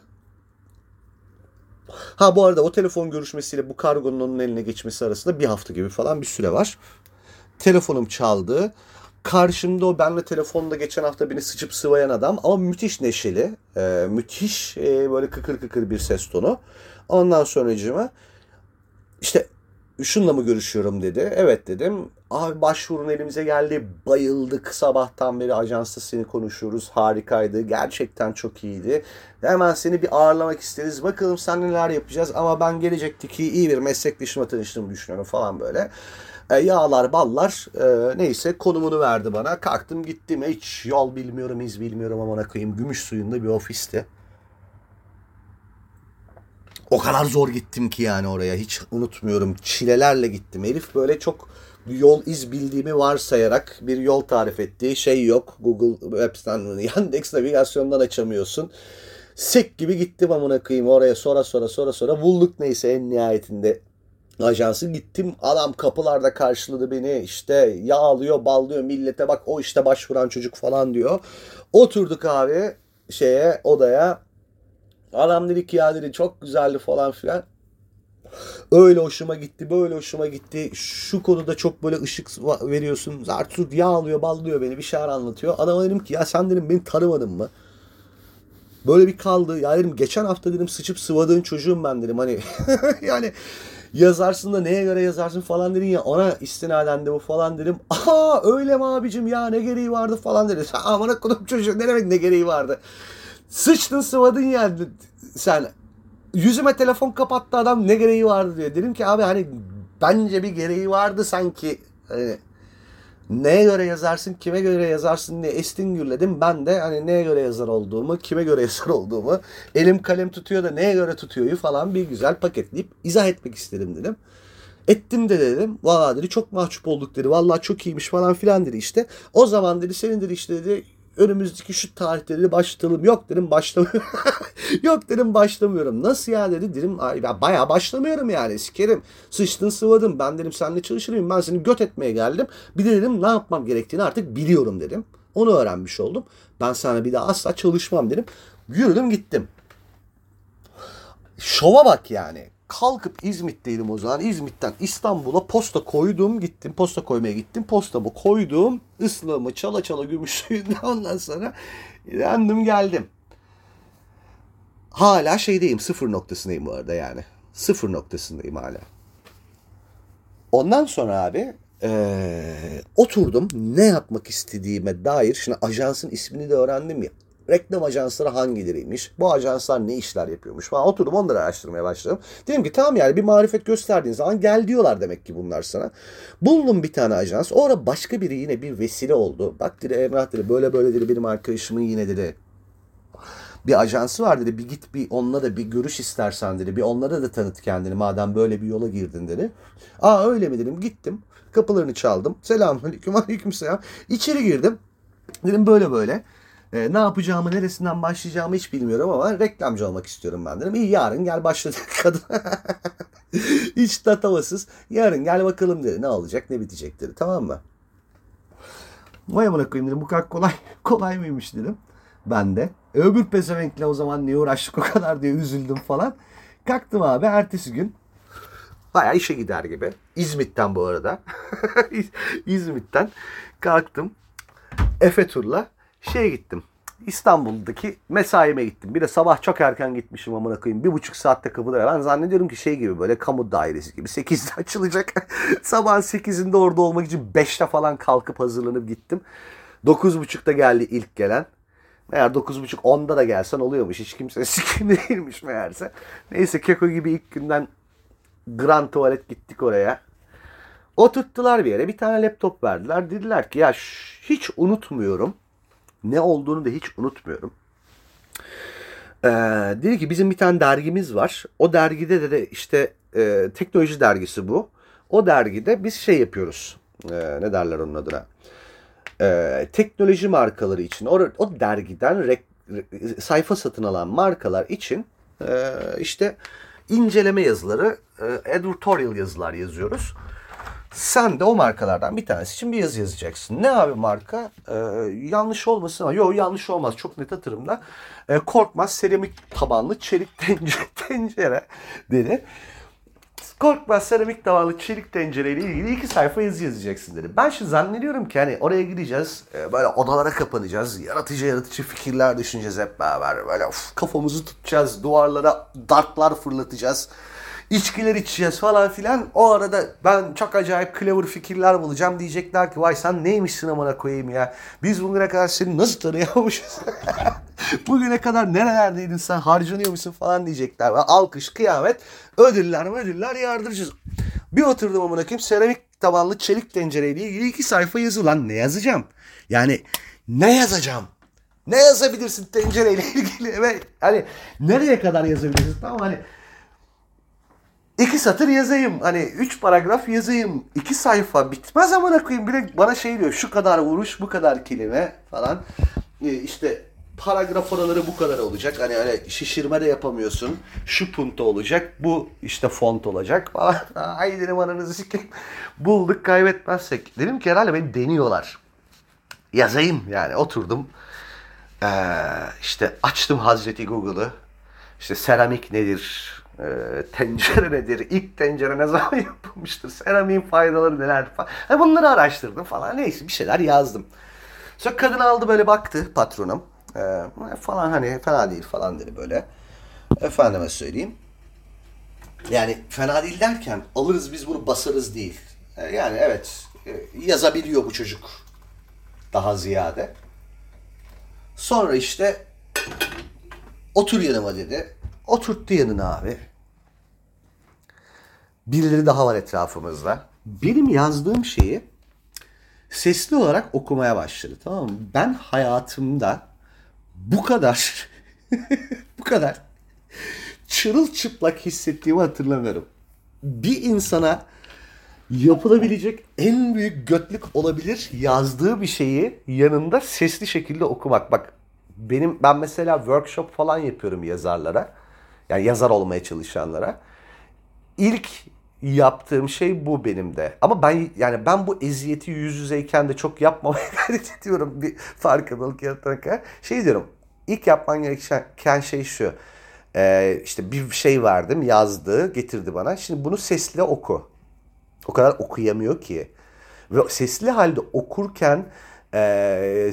Ha bu arada o telefon görüşmesiyle bu kargonun onun eline geçmesi arasında bir hafta gibi falan bir süre var. Telefonum çaldı. Karşımda o benle telefonda geçen hafta beni sıçıp sıvayan adam ama müthiş neşeli. E, müthiş e, böyle kıkır kıkır bir ses tonu. Ondan sonracığıma işte şununla mı görüşüyorum dedi. Evet dedim. Abi başvurun elimize geldi. Bayıldık. Sabahtan beri ajansta seni konuşuyoruz. Harikaydı. Gerçekten çok iyiydi. Hemen seni bir ağırlamak isteriz. Bakalım sen neler yapacağız. Ama ben gelecekteki iyi bir meslektaşımla tanıştığımı düşünüyorum falan böyle. E, yağlar ballar e, neyse konumunu verdi bana. Kalktım gittim. Hiç yol bilmiyorum iz bilmiyorum amına koyayım. Gümüş suyunda bir ofisti. O kadar zor gittim ki yani oraya. Hiç unutmuyorum. Çilelerle gittim. Herif böyle çok yol iz bildiğimi varsayarak bir yol tarif ettiği şey yok. Google Web'ten, Yandex navigasyondan açamıyorsun. Sek gibi gittim amına koyayım oraya sonra sonra sonra sonra bulduk neyse en nihayetinde ajansı gittim. Adam kapılarda karşıladı beni. İşte yağlıyor, ballıyor millete bak o işte başvuran çocuk falan diyor. Oturduk abi şeye odaya. Adam dedi ki ya dedi çok güzeldi falan filan. Öyle hoşuma gitti, böyle hoşuma gitti. Şu konuda çok böyle ışık veriyorsun. Zartut yağlıyor, ballıyor beni bir şeyler anlatıyor. Adama dedim ki ya sen dedim beni tanımadın mı? Böyle bir kaldı. Ya dedim geçen hafta dedim sıçıp sıvadığın çocuğum ben dedim. Hani yani yazarsın da neye göre yazarsın falan dedin ya ona istinaden de bu falan dedim. Aha öyle mi abicim ya ne gereği vardı falan dedi. Aman akıllım çocuğum ne demek ne gereği vardı. Sıçtın sıvadın ya sen. Yüzüme telefon kapattı adam ne gereği vardı diyor. Dedim ki abi hani bence bir gereği vardı sanki. Hani neye göre yazarsın, kime göre yazarsın diye estin gürledim. Ben de hani neye göre yazar olduğumu, kime göre yazar olduğumu, elim kalem tutuyor da neye göre tutuyoryu falan bir güzel paketleyip izah etmek istedim dedim. Ettim de dedim. Valla dedi çok mahcup olduk dedi. Valla çok iyiymiş falan filan dedi işte. O zaman dedi senin dedi işte dedi önümüzdeki şu tarihte dedi başlayalım. Yok dedim başlamıyorum. Yok dedim başlamıyorum. Nasıl ya dedi. Dedim ay ben bayağı başlamıyorum yani sikerim. Sıçtın sıvadın. Ben dedim seninle çalışırım. Ben seni göt etmeye geldim. Bir de dedim ne yapmam gerektiğini artık biliyorum dedim. Onu öğrenmiş oldum. Ben sana bir daha asla çalışmam dedim. Yürüdüm gittim. Şova bak yani. Kalkıp İzmit'teydim o zaman. İzmit'ten İstanbul'a posta koydum. Gittim posta koymaya gittim. Postamı koydum. Islığımı çala çala gümüş suyunda ondan sonra döndüm geldim. Hala şeydeyim. Sıfır noktasındayım bu arada yani. Sıfır noktasındayım hala. Ondan sonra abi ee, oturdum. Ne yapmak istediğime dair. Şimdi ajansın ismini de öğrendim ya. Reklam ajansları hangileriymiş? Bu ajanslar ne işler yapıyormuş falan. Oturdum onları araştırmaya başladım. Dedim ki tamam yani bir marifet gösterdiğin zaman gel diyorlar demek ki bunlar sana. Buldum bir tane ajans. O ara başka biri yine bir vesile oldu. Bak dedi Emrah dedi böyle böyle dedi benim arkadaşımın yine dedi bir ajansı var dedi. Bir git bir onunla da bir görüş istersen dedi. Bir onlara da tanıt kendini madem böyle bir yola girdin dedi. Aa öyle mi dedim. Gittim. Kapılarını çaldım. Selamünaleyküm aleykümselam. İçeri girdim. Dedim böyle böyle. E, ne yapacağımı, neresinden başlayacağımı hiç bilmiyorum ama reklamcı olmak istiyorum ben dedim. İyi yarın gel başladık kadın. Hiç tatavasız. Yarın gel bakalım dedi. Ne olacak, ne bitecek dedi. Tamam mı? Vay amına koyayım dedim. Bu kadar kolay, kolay mıymış dedim. Ben de. E, öbür pezevenkle o zaman niye uğraştık o kadar diye üzüldüm falan. Kalktım abi ertesi gün. Bayağı işe gider gibi. İzmit'ten bu arada. İzmit'ten kalktım. Efe Tur'la şeye gittim. İstanbul'daki mesaime gittim. Bir de sabah çok erken gitmişim amına koyayım. Bir buçuk saatte kapıda. Ben zannediyorum ki şey gibi böyle kamu dairesi gibi. sekizde açılacak. Sabah sekizinde orada olmak için beşte falan kalkıp hazırlanıp gittim. dokuz buçukta geldi ilk gelen. Meğer dokuz buçuk onda da gelsen oluyormuş. Hiç kimse sikim değilmiş meğerse. Neyse keko gibi ilk günden Grand Tuvalet gittik oraya. Oturttular bir yere. Bir tane laptop verdiler. Dediler ki ya hiç unutmuyorum. Ne olduğunu da hiç unutmuyorum. Ee, dedi ki bizim bir tane dergimiz var. O dergide de, de işte e, teknoloji dergisi bu. O dergide biz şey yapıyoruz. Ee, ne derler onun adına? Ee, teknoloji markaları için o, o dergiden rek, sayfa satın alan markalar için e, işte inceleme yazıları, e, editorial yazılar yazıyoruz. Sen de o markalardan bir tanesi için bir yazı yazacaksın. Ne abi marka? Ee, yanlış olmasın ama yok yanlış olmaz. Çok net hatırımda. Ee, Korkmaz seramik tabanlı çelik tencere, tencere dedi. Korkmaz seramik tabanlı çelik tencereyle ilgili iki sayfa yazı yazacaksın dedi. Ben şimdi zannediyorum ki hani oraya gideceğiz. E, böyle odalara kapanacağız. Yaratıcı yaratıcı fikirler düşüneceğiz hep beraber. Böyle of, kafamızı tutacağız. Duvarlara dartlar fırlatacağız. İçkiler içeceğiz falan filan. O arada ben çok acayip clever fikirler bulacağım. Diyecekler ki vay sen neymişsin amına koyayım ya. Biz bugüne kadar seni nasıl tanıyamamışız? Bugüne kadar nerelerdeydin sen, harcanıyor musun falan diyecekler. Alkış, kıyamet, ödüller ödüller yardıracağız. Bir oturdum amına koyayım seramik tabanlı çelik tencereyle ilgili iki sayfa yazı. Lan ne yazacağım? Yani ne yazacağım? Ne yazabilirsin tencereyle ilgili? Ve hani nereye kadar yazabilirsin? Tamam hani İki satır yazayım. Hani üç paragraf yazayım. iki sayfa bitmez amına koyayım. Bile bana şey diyor. Şu kadar vuruş, bu kadar kelime falan. Ee, işte paragraf oraları bu kadar olacak. Hani öyle şişirme de yapamıyorsun. Şu punto olacak. Bu işte font olacak falan. Ay dedim ananızı sikeyim. Bulduk kaybetmezsek. Dedim ki herhalde beni deniyorlar. Yazayım yani. Oturdum. Ee, işte açtım Hazreti Google'ı. İşte seramik nedir? E, tencere nedir? İlk tencere ne zaman yapılmıştır? Seramiğin faydaları neler falan. Yani bunları araştırdım falan. Neyse bir şeyler yazdım. Sonra kadın aldı böyle baktı patronum. E, falan hani fena değil falan dedi böyle. Efendime söyleyeyim. Yani fena değil derken alırız biz bunu basarız değil. E, yani evet e, yazabiliyor bu çocuk. Daha ziyade. Sonra işte otur yanıma dedi. Oturttu yanına abi. Birileri daha var etrafımızda. Benim yazdığım şeyi sesli olarak okumaya başladı. Tamam mı? Ben hayatımda bu kadar bu kadar çırılçıplak hissettiğimi hatırlamıyorum. Bir insana yapılabilecek en büyük götlük olabilir yazdığı bir şeyi yanında sesli şekilde okumak. Bak benim ben mesela workshop falan yapıyorum yazarlara. Yani yazar olmaya çalışanlara. İlk yaptığım şey bu benim de. Ama ben yani ben bu eziyeti yüz yüzeyken de çok yapmamaya gayret ediyorum bir farkındalık yaratana kadar. Şey diyorum. İlk yapman gereken şey şu. Ee, işte bir şey verdim, yazdı, getirdi bana. Şimdi bunu sesli oku. O kadar okuyamıyor ki. Ve sesli halde okurken ee,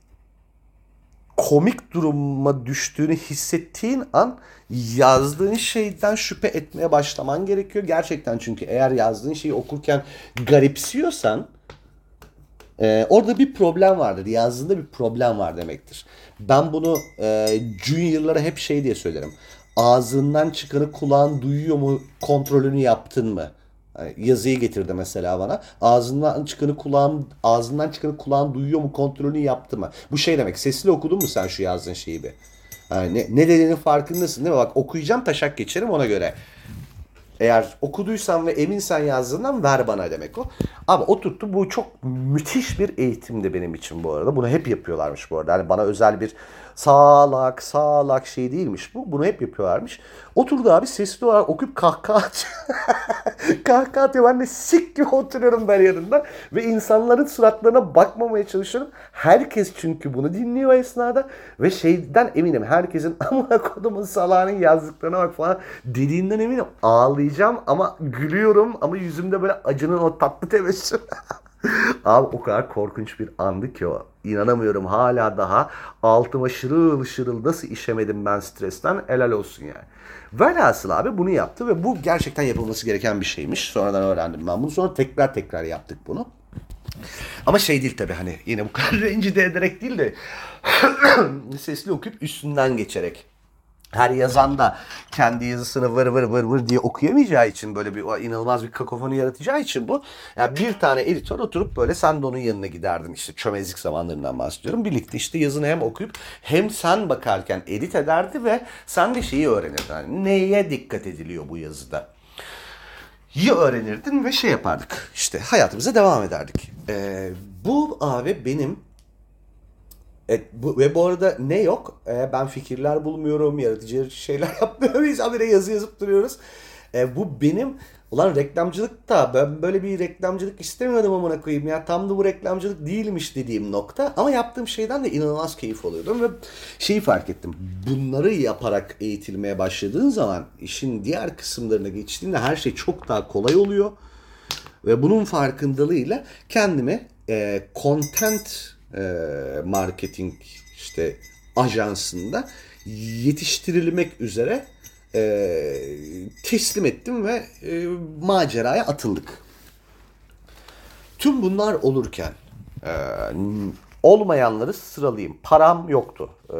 komik duruma düştüğünü hissettiğin an yazdığın şeyden şüphe etmeye başlaman gerekiyor. Gerçekten çünkü eğer yazdığın şeyi okurken garipsiyorsan e, orada bir problem vardır. Yazdığında bir problem var demektir. Ben bunu e, juniorlara hep şey diye söylerim. Ağzından çıkanı kulağın duyuyor mu kontrolünü yaptın mı? Yani yazıyı getirdi mesela bana. Ağzından çıkanı kulağın ağzından çıkanı kulağın duyuyor mu kontrolünü yaptı mı? Bu şey demek. Sesli okudun mu sen şu yazdığın şeyi bir? Yani ne, ne dediğinin farkındasın değil mi? Bak okuyacağım taşak geçerim ona göre. Eğer okuduysan ve eminsen yazdığından ver bana demek o. Ama oturttu bu çok müthiş bir eğitimdi benim için bu arada. Bunu hep yapıyorlarmış bu arada. Yani bana özel bir sağlak sağlak şey değilmiş bu. Bunu hep yapıyorlarmış. Oturdu abi sesli olarak okuyup kahkaha atıyor. Kahkaha atıyor. Ben de sik gibi oturuyorum ben yanında. Ve insanların suratlarına bakmamaya çalışıyorum. Herkes çünkü bunu dinliyor esnada. Ve şeyden eminim. Herkesin amına kodumun salağının yazdıklarına bak falan dediğinden eminim. Ağlayacağım ama gülüyorum. Ama yüzümde böyle acının o tatlı tebessüm. Abi o kadar korkunç bir andı ki o. İnanamıyorum hala daha altıma şırıl şırıl nasıl işemedim ben stresten helal olsun yani. Velhasıl abi bunu yaptı ve bu gerçekten yapılması gereken bir şeymiş. Sonradan öğrendim ben bunu. Sonra tekrar tekrar yaptık bunu. Ama şey değil tabii hani yine bu kadar rencide ederek değil de sesli okuyup üstünden geçerek Her yazan da kendi yazısını vır vır vır vır diye okuyamayacağı için, böyle bir inanılmaz bir kakofoni yaratacağı için bu. Yani bir tane editör oturup böyle, sen de onun yanına giderdin, işte çömezlik zamanlarından bahsediyorum. Birlikte işte yazını hem okuyup hem sen bakarken edit ederdi ve sen de şeyi öğrenirdin. Yani neye dikkat ediliyor bu yazıda? İyi öğrenirdin ve şey yapardık. İşte hayatımıza devam ederdik. Ee, bu abi benim Evet, bu, ve bu arada ne yok? Ee, ben fikirler bulmuyorum, yaratıcı şeyler yapmıyorum. Biz habire yazı yazıp duruyoruz. Ee, bu benim, ulan reklamcılık da, ben böyle bir reklamcılık istemiyordum amına koyayım ya. Tam da bu reklamcılık değilmiş dediğim nokta. Ama yaptığım şeyden de inanılmaz keyif alıyordum ve şeyi fark ettim. Bunları yaparak eğitilmeye başladığın zaman, işin diğer kısımlarına geçtiğinde her şey çok daha kolay oluyor. Ve bunun farkındalığıyla kendime e, content e, marketing işte ajansında yetiştirilmek üzere e, teslim ettim ve e, maceraya atıldık. Tüm bunlar olurken e, olmayanları sıralayayım. Param yoktu. E,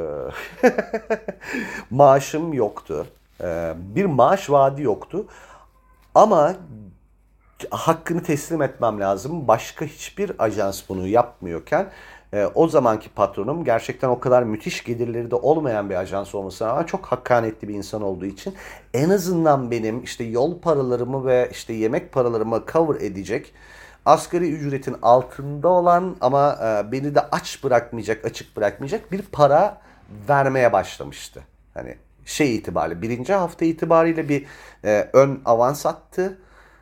maaşım yoktu. E, bir maaş vaadi yoktu. Ama hakkını teslim etmem lazım. Başka hiçbir ajans bunu yapmıyorken e, o zamanki patronum gerçekten o kadar müthiş gelirleri de olmayan bir ajans olmasına rağmen çok hakkaniyetli bir insan olduğu için en azından benim işte yol paralarımı ve işte yemek paralarımı cover edecek, asgari ücretin altında olan ama e, beni de aç bırakmayacak, açık bırakmayacak bir para vermeye başlamıştı. Hani şey itibariyle, birinci hafta itibariyle bir e, ön avans attı.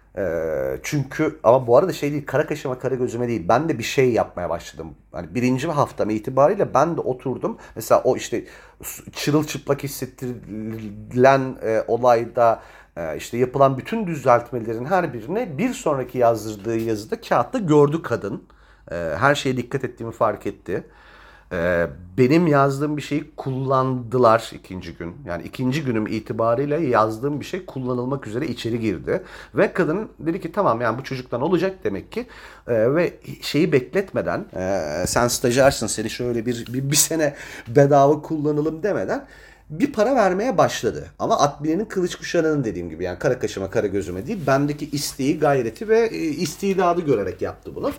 Ee, çünkü ama bu arada şey değil, kara kaşıma kara gözüme değil, ben de bir şey yapmaya başladım. Hani birinci haftam itibariyle ben de oturdum. Mesela o işte çırılçıplak hissettirilen e, olayda e, işte yapılan bütün düzeltmelerin her birini bir sonraki yazdırdığı yazıda kağıtta gördü kadın. E, her şeye dikkat ettiğimi fark etti. Ee, benim yazdığım bir şeyi kullandılar ikinci gün. Yani ikinci günüm itibariyle yazdığım bir şey kullanılmak üzere içeri girdi. Ve kadın dedi ki tamam, yani bu çocuktan olacak demek ki. Ee, ve şeyi bekletmeden, e, sen stajyersın, seni şöyle bir, bir, bir sene bedava kullanalım demeden bir para vermeye başladı. Ama Admine'nin kılıç kuşanının, dediğim gibi, yani kara kaşıma kara gözüme değil, bendeki isteği, gayreti ve e, istidadı görerek yaptı bunu.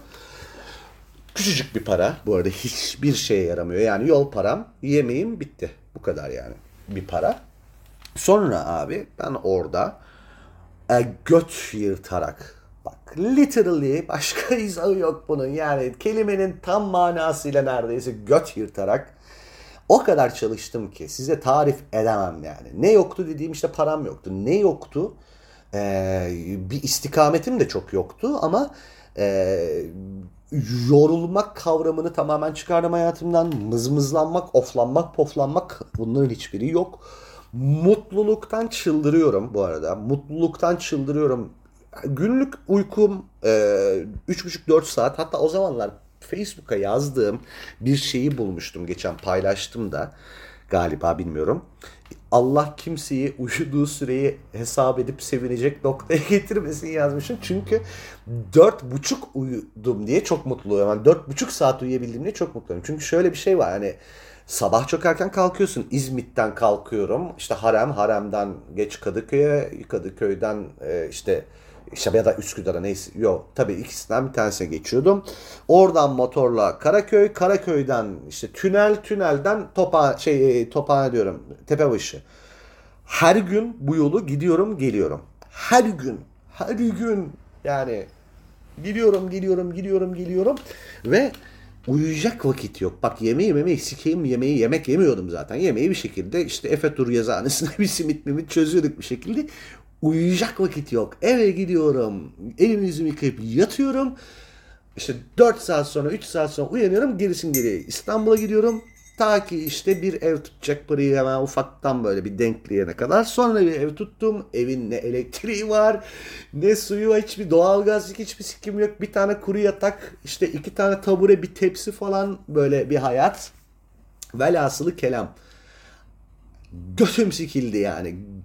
Küçücük bir para. Bu arada hiçbir şeye yaramıyor. Yani yol param, yemeğim bitti. Bu kadar yani bir para. Sonra abi ben orada e, göt yırtarak, bak literally başka izahı yok bunun. Yani kelimenin tam manasıyla neredeyse göt yırtarak o kadar çalıştım ki size tarif edemem yani. Ne yoktu dediğim, işte param yoktu. Ne yoktu? Ee, bir istikametim de çok yoktu ama e, yorulmak kavramını tamamen çıkardım hayatımdan. Mızmızlanmak, oflanmak, poflanmak, bunların hiçbiri yok. Mutluluktan çıldırıyorum bu arada. Mutluluktan çıldırıyorum. Günlük uykum e, üç buçuk dört saat. Hatta o zamanlar Facebook'a yazdığım bir şeyi bulmuştum. Geçen paylaştım da galiba, bilmiyorum. Allah kimseyi uyuduğu süreyi hesap edip sevinecek noktaya getirmesin yazmışım. Çünkü dört buçuk uyudum diye çok mutluyum. Yani dört buçuk saat uyuyabildim diye çok mutluyum. Çünkü şöyle bir şey var, hani sabah çok erken kalkıyorsun. İzmit'ten kalkıyorum. İşte Harem, Harem'den geç Kadıköy'e, Kadıköy'den e, işte işte ya da Üsküdar'a, neyse. Yok tabii, ikisinden bir tanesine geçiyordum. Oradan motorla Karaköy, Karaköy'den işte tünel, tünelden Topa şey Tophane diyorum, Tepebaşı. Her gün bu yolu gidiyorum, geliyorum. Her gün, her gün yani gidiyorum, geliyorum, gidiyorum, geliyorum ve uyuyacak vakit yok. Bak, yemeği yemeği sikeyim, yemeği yemek yemiyordum zaten. Yemeği bir şekilde işte Efe Tur yazıhanesinde bir simit mimit çözüyorduk bir şekilde. Uyuyacak vakit yok. Eve gidiyorum. Elimi yüzümü yıkayıp yatıyorum. İşte dört saat sonra, üç saat sonra uyanıyorum. Gerisin geriye İstanbul'a gidiyorum. Ta ki işte bir ev tutacak parayı hemen ufaktan böyle bir denkleyene kadar. Sonra bir ev tuttum. Evin ne elektriği var, ne suyu var, hiçbir doğalgaz, hiçbir sikim yok. Bir tane kuru yatak, işte iki tane tabure, bir tepsi falan, böyle bir hayat. Velhasılı kelam. Götüm sikildi yani.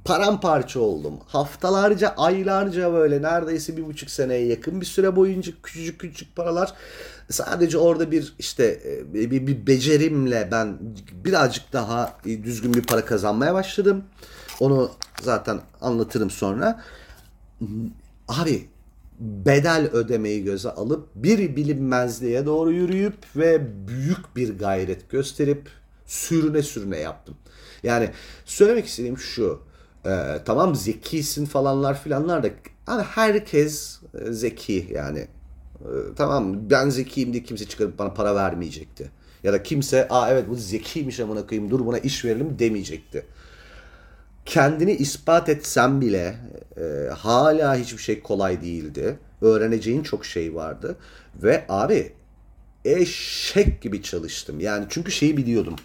paramparça oldum. Haftalarca, aylarca böyle neredeyse bir buçuk seneye yakın bir süre boyunca küçücük küçücük paralar. Sadece orada bir işte bir, bir, bir becerimle ben birazcık daha düzgün bir para kazanmaya başladım. Onu zaten anlatırım sonra. Abi bedel ödemeyi göze alıp bir bilinmezliğe doğru yürüyüp ve büyük bir gayret gösterip sürüne sürüne yaptım. Yani söylemek istediğim şu. E, tamam zekisin falanlar filanlar da hani herkes e, zeki yani. E, tamam ben zekiyim diye kimse çıkarıp bana para vermeyecekti. Ya da kimse aa evet bu zekiymiş amına koyayım dur buna iş verelim demeyecekti. Kendini ispat etsen bile e, hala hiçbir şey kolay değildi. Öğreneceğin çok şey vardı. Ve abi eşek gibi çalıştım. Yani çünkü şeyi biliyordum.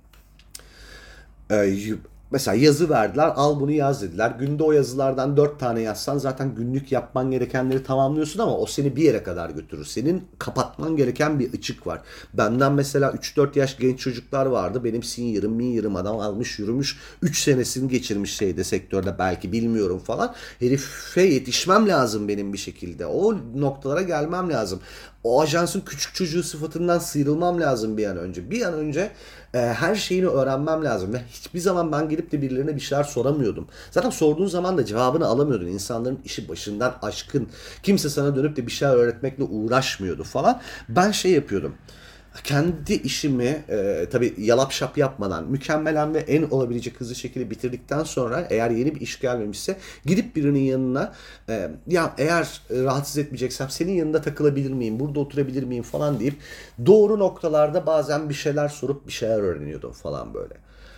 Ee, Mesela yazı verdiler, al bunu yaz dediler. Günde o yazılardan dört tane yazsan zaten günlük yapman gerekenleri tamamlıyorsun ama o seni bir yere kadar götürür. Senin kapatman gereken bir açık var. Benden mesela üç dört yaş genç çocuklar vardı. Benim senior'ım, minyor'ım adam almış yürümüş. üç senesini geçirmiş şeyde sektörde belki bilmiyorum falan. Herife yetişmem lazım benim bir şekilde. O noktalara gelmem lazım. O ajansın küçük çocuğu sıfatından sıyrılmam lazım bir an önce. Bir an önce e, her şeyini öğrenmem lazım. Ve hiçbir zaman ben gelip de birilerine bir şeyler soramıyordum. Zaten sorduğun zaman da cevabını alamıyordun. İnsanların işi başından aşkın. Kimse sana dönüp de bir şeyler öğretmekle uğraşmıyordu falan. Ben şey yapıyordum. Kendi işimi e, tabii yalap şap yapmadan mükemmelen ve en olabilecek hızlı şekilde bitirdikten sonra eğer yeni bir iş gelmemişse gidip birinin yanına e, ya eğer rahatsız etmeyeceksem senin yanında takılabilir miyim, burada oturabilir miyim falan deyip doğru noktalarda bazen bir şeyler sorup bir şeyler öğreniyordum falan böyle.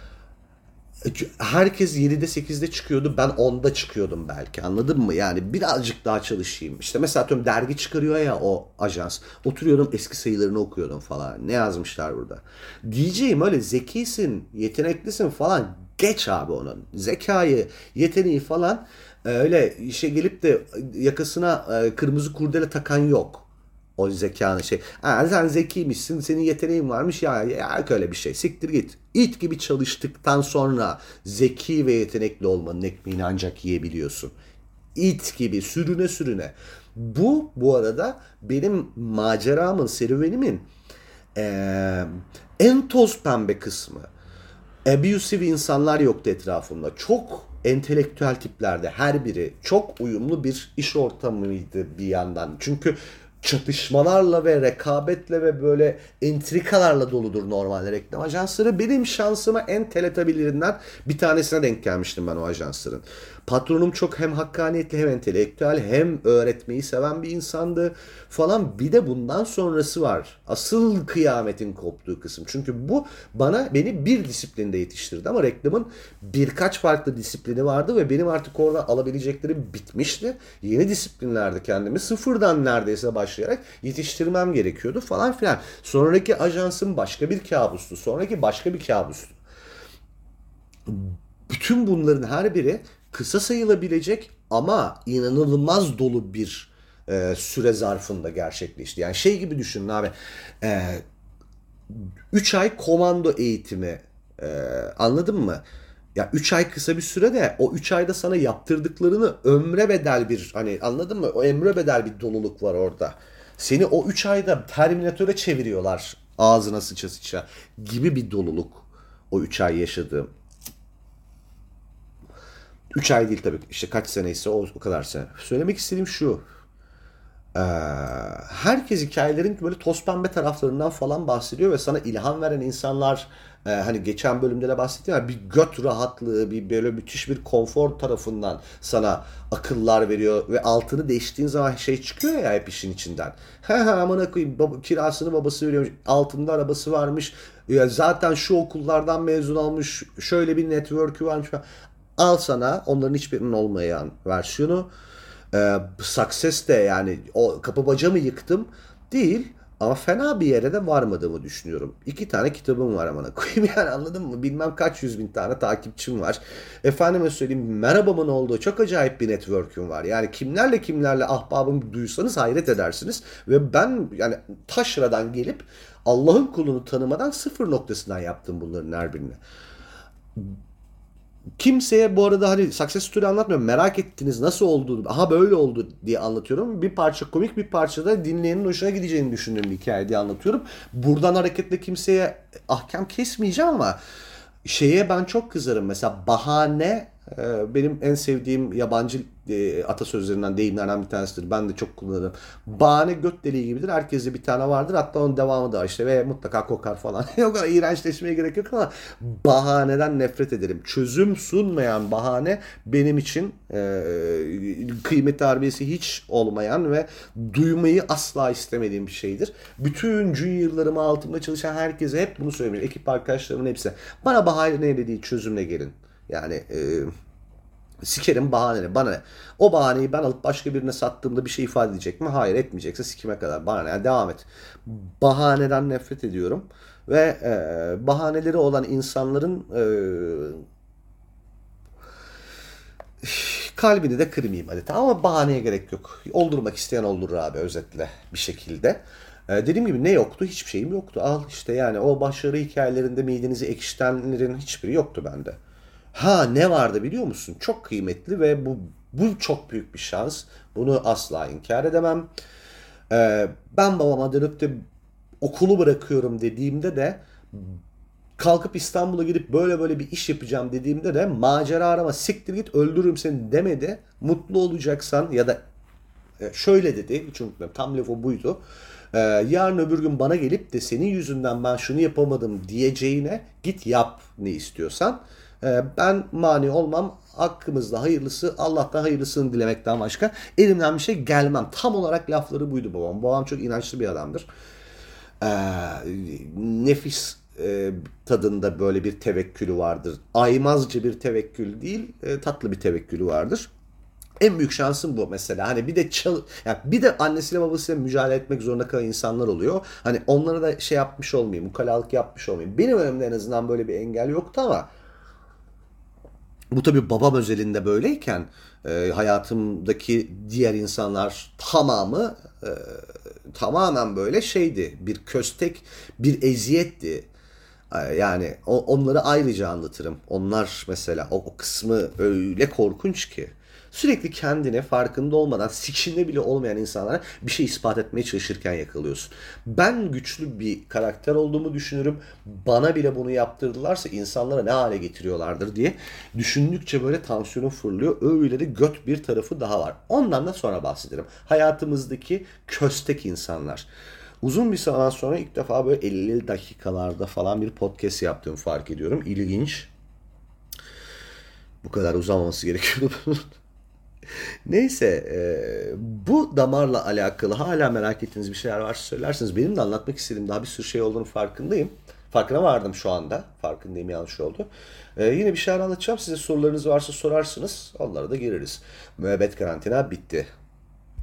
Herkes yedide sekizde çıkıyordu. Ben onda çıkıyordum belki. Anladın mı? Yani birazcık daha çalışayım. İşte mesela atıyorum dergi çıkarıyor ya o ajans. Oturuyordum eski sayılarını okuyordum falan. Ne yazmışlar burada? Diyeceğim öyle zekisin, yeteneklisin falan. Geç abi onun. Zekayı, yeteneği falan öyle işe gelip de yakasına kırmızı kurdele takan yok. O zekanı şey. Ha, sen zekiymişsin, senin yeteneğin varmış ya, ya öyle bir şey. Siktir git. İt gibi çalıştıktan sonra zeki ve yetenekli olmanın ekmeğini ancak yiyebiliyorsun. İt gibi sürüne sürüne. Bu bu arada benim maceramın, serüvenimin eee, en toz pembe kısmı. Abusive insanlar yoktu etrafımda. Çok entelektüel tiplerde her biri çok uyumlu bir iş ortamıydı bir yandan. Çünkü çatışmalarla ve rekabetle ve böyle entrikalarla doludur normalde reklam ajansları. Benim şansıma en teletabilirinden bir tanesine denk gelmiştim ben o ajansların. Patronum çok hem hakkaniyetli hem entelektüel hem öğretmeyi seven bir insandı falan. Bir de bundan sonrası var. Asıl kıyametin koptuğu kısım. Çünkü bu bana beni bir disiplinde yetiştirdi ama reklamın birkaç farklı disiplini vardı ve benim artık orada alabileceklerim bitmişti. Yeni disiplinlerde kendimi sıfırdan neredeyse başlayarak yetiştirmem gerekiyordu falan filan. Sonraki ajansım başka bir kabustu. Sonraki başka bir kabustu. Bütün bunların her biri kısa sayılabilecek ama inanılmaz dolu bir e, süre zarfında gerçekleşti. Yani şey gibi düşünün abi. E, üç ay komando eğitimi e, anladın mı? Ya üç ay kısa bir süre de o üç ayda sana yaptırdıklarını ömre bedel bir hani anladın mı? O ömre bedel bir doluluk var orada. Seni o üç ayda Terminatöre çeviriyorlar ağzına sıça sıça gibi bir doluluk. O üç ay yaşadığım. üç ay değil tabii. İşte kaç sene ise o, o kadar sene. Söylemek istediğim şu. Ee, herkes hikayelerin böyle toz pembe taraflarından falan bahsediyor ve sana ilham veren insanlar e, hani geçen bölümde de bahsettim ya bir göt rahatlığı, bir böyle müthiş bir konfor tarafından sana akıllar veriyor ve altını değiştiğin zaman şey çıkıyor ya hep işin içinden. He he amına koyayım baba, kirasını babası veriyormuş, altında arabası varmış, ya zaten şu okullardan mezun olmuş, şöyle bir network'ü varmış falan. Al sana onların hiçbirinin olmayan versiyonu. Ee, Success de yani o kapı bacamı yıktım değil ama fena bir yere de varmadığımı düşünüyorum. İki tane kitabım var amına koyayım yani anladın mı? Bilmem kaç yüz bin tane takipçim var. Efendime söyleyeyim merhabamın olduğu çok acayip bir network'üm var. Yani kimlerle kimlerle ahbabım duysanız hayret edersiniz. Ve ben yani taşradan gelip Allah'ın kulunu tanımadan sıfır noktasından yaptım bunların her birini. Kimseye bu arada hani success story anlatmıyorum. Merak ettiniz nasıl oldu, aha böyle oldu diye anlatıyorum. Bir parça komik, bir parça da dinleyenin hoşuna gideceğini düşündüğüm bir hikaye diye anlatıyorum. Buradan hareketle kimseye ahkam kesmeyeceğim ama şeye ben çok kızarım. Mesela bahane e, benim en sevdiğim yabancı e, atasözlerinden, deyimlerden bir tanesidir. Ben de çok kullanırım. Bahane göt deliği gibidir. Herkeste bir tane vardır. Hatta onun devamı da işte ve mutlaka kokar falan. O kadar iğrençleşmeye gerek yok ama bahaneden nefret ederim. Çözüm sunmayan bahane benim için e, kıymet harbiyesi hiç olmayan ve duymayı asla istemediğim bir şeydir. Bütün juniorlarıma, altımda çalışan herkese hep bunu söylüyorum. Ekip arkadaşlarımın hepsi. Bana bahane ne değil, çözümle gelin. Yani e, sikerim bahaneni. Bana ne? O bahaneyi ben alıp başka birine sattığımda bir şey ifade edecek mi? Hayır, etmeyecekse sikime kadar. Bana ne? Yani devam et. Bahaneden nefret ediyorum. Ve e, bahaneleri olan insanların e, kalbini de kırmayayım hadi. Tamam, ama bahaneye gerek yok. Oldurmak isteyen oldurur abi, özetle bir şekilde. Ee, dediğim gibi ne yoktu? Hiçbir şeyim yoktu. Al işte, yani o başarı hikayelerinde midenizi ekşitenlerin hiçbiri yoktu bende. Ha, ne vardı biliyor musun? Çok kıymetli ve bu bu çok büyük bir şans. Bunu asla inkar edemem. Ee, ben babama dönüp de okulu bırakıyorum dediğimde de, kalkıp İstanbul'a gidip böyle böyle bir iş yapacağım dediğimde de macera arama, siktir git öldürürüm seni demedi. Mutlu olacaksan ya da e, şöyle dedi, hiç unutmuyorum, tam lafı buydu. Ee, yarın öbür gün bana gelip de senin yüzünden ben şunu yapamadım diyeceğine git yap ne istiyorsan. Ee, ben mani olmam. Hakkımızda hayırlısı, Allah'tan hayırlısını dilemekten başka elimden bir şey gelmem. Tam olarak lafları buydu babam. Babam çok inançlı bir adamdır. Ee, nefis e, tadında böyle bir tevekkülü vardır. Aymazca bir tevekkül değil, e, tatlı bir tevekkülü vardır. En büyük şansım bu mesela. Hani bir de çal yani bir de annesiyle babasıyla mücadele etmek zorunda kalan insanlar oluyor. Hani onlara da şey yapmış olmayayım, ukalalık yapmış olmayayım. Benim önümde en azından böyle bir engel yoktu ama bu tabii babam özelinde böyleyken e, hayatımdaki diğer insanlar tamamı e, tamamen böyle şeydi. Bir köstek, bir eziyetti. E, Yani o- onları ayrıca anlatırım. Onlar mesela o, o kısmı öyle korkunç ki. Sürekli kendine farkında olmadan, sikişinde bile olmayan insanlara bir şey ispat etmeye çalışırken yakalıyorsun. Ben güçlü bir karakter olduğumu düşünürüm. Bana bile bunu yaptırdılarsa insanlara ne hale getiriyorlardır diye düşündükçe böyle tansiyonum fırlıyor. Öyle de göt bir tarafı daha var. Ondan da sonra bahsederim. Hayatımızdaki köstek insanlar. Uzun bir zaman sonra ilk defa böyle elli dakikalarda falan bir podcast yaptığımı fark ediyorum. İlginç. Bu kadar uzamaması gerekiyordu. Neyse, e, bu damarla alakalı hala merak ettiğiniz bir şeyler varsa söylerseniz, benim de anlatmak istediğim daha bir sürü şey olduğunu farkındayım. Farkına vardım şu anda. Farkındayım, yanlış oldu. E, yine bir şeyler anlatacağım. Size sorularınız varsa sorarsınız. Onlara da gireriz. Müebbet karantina bitti.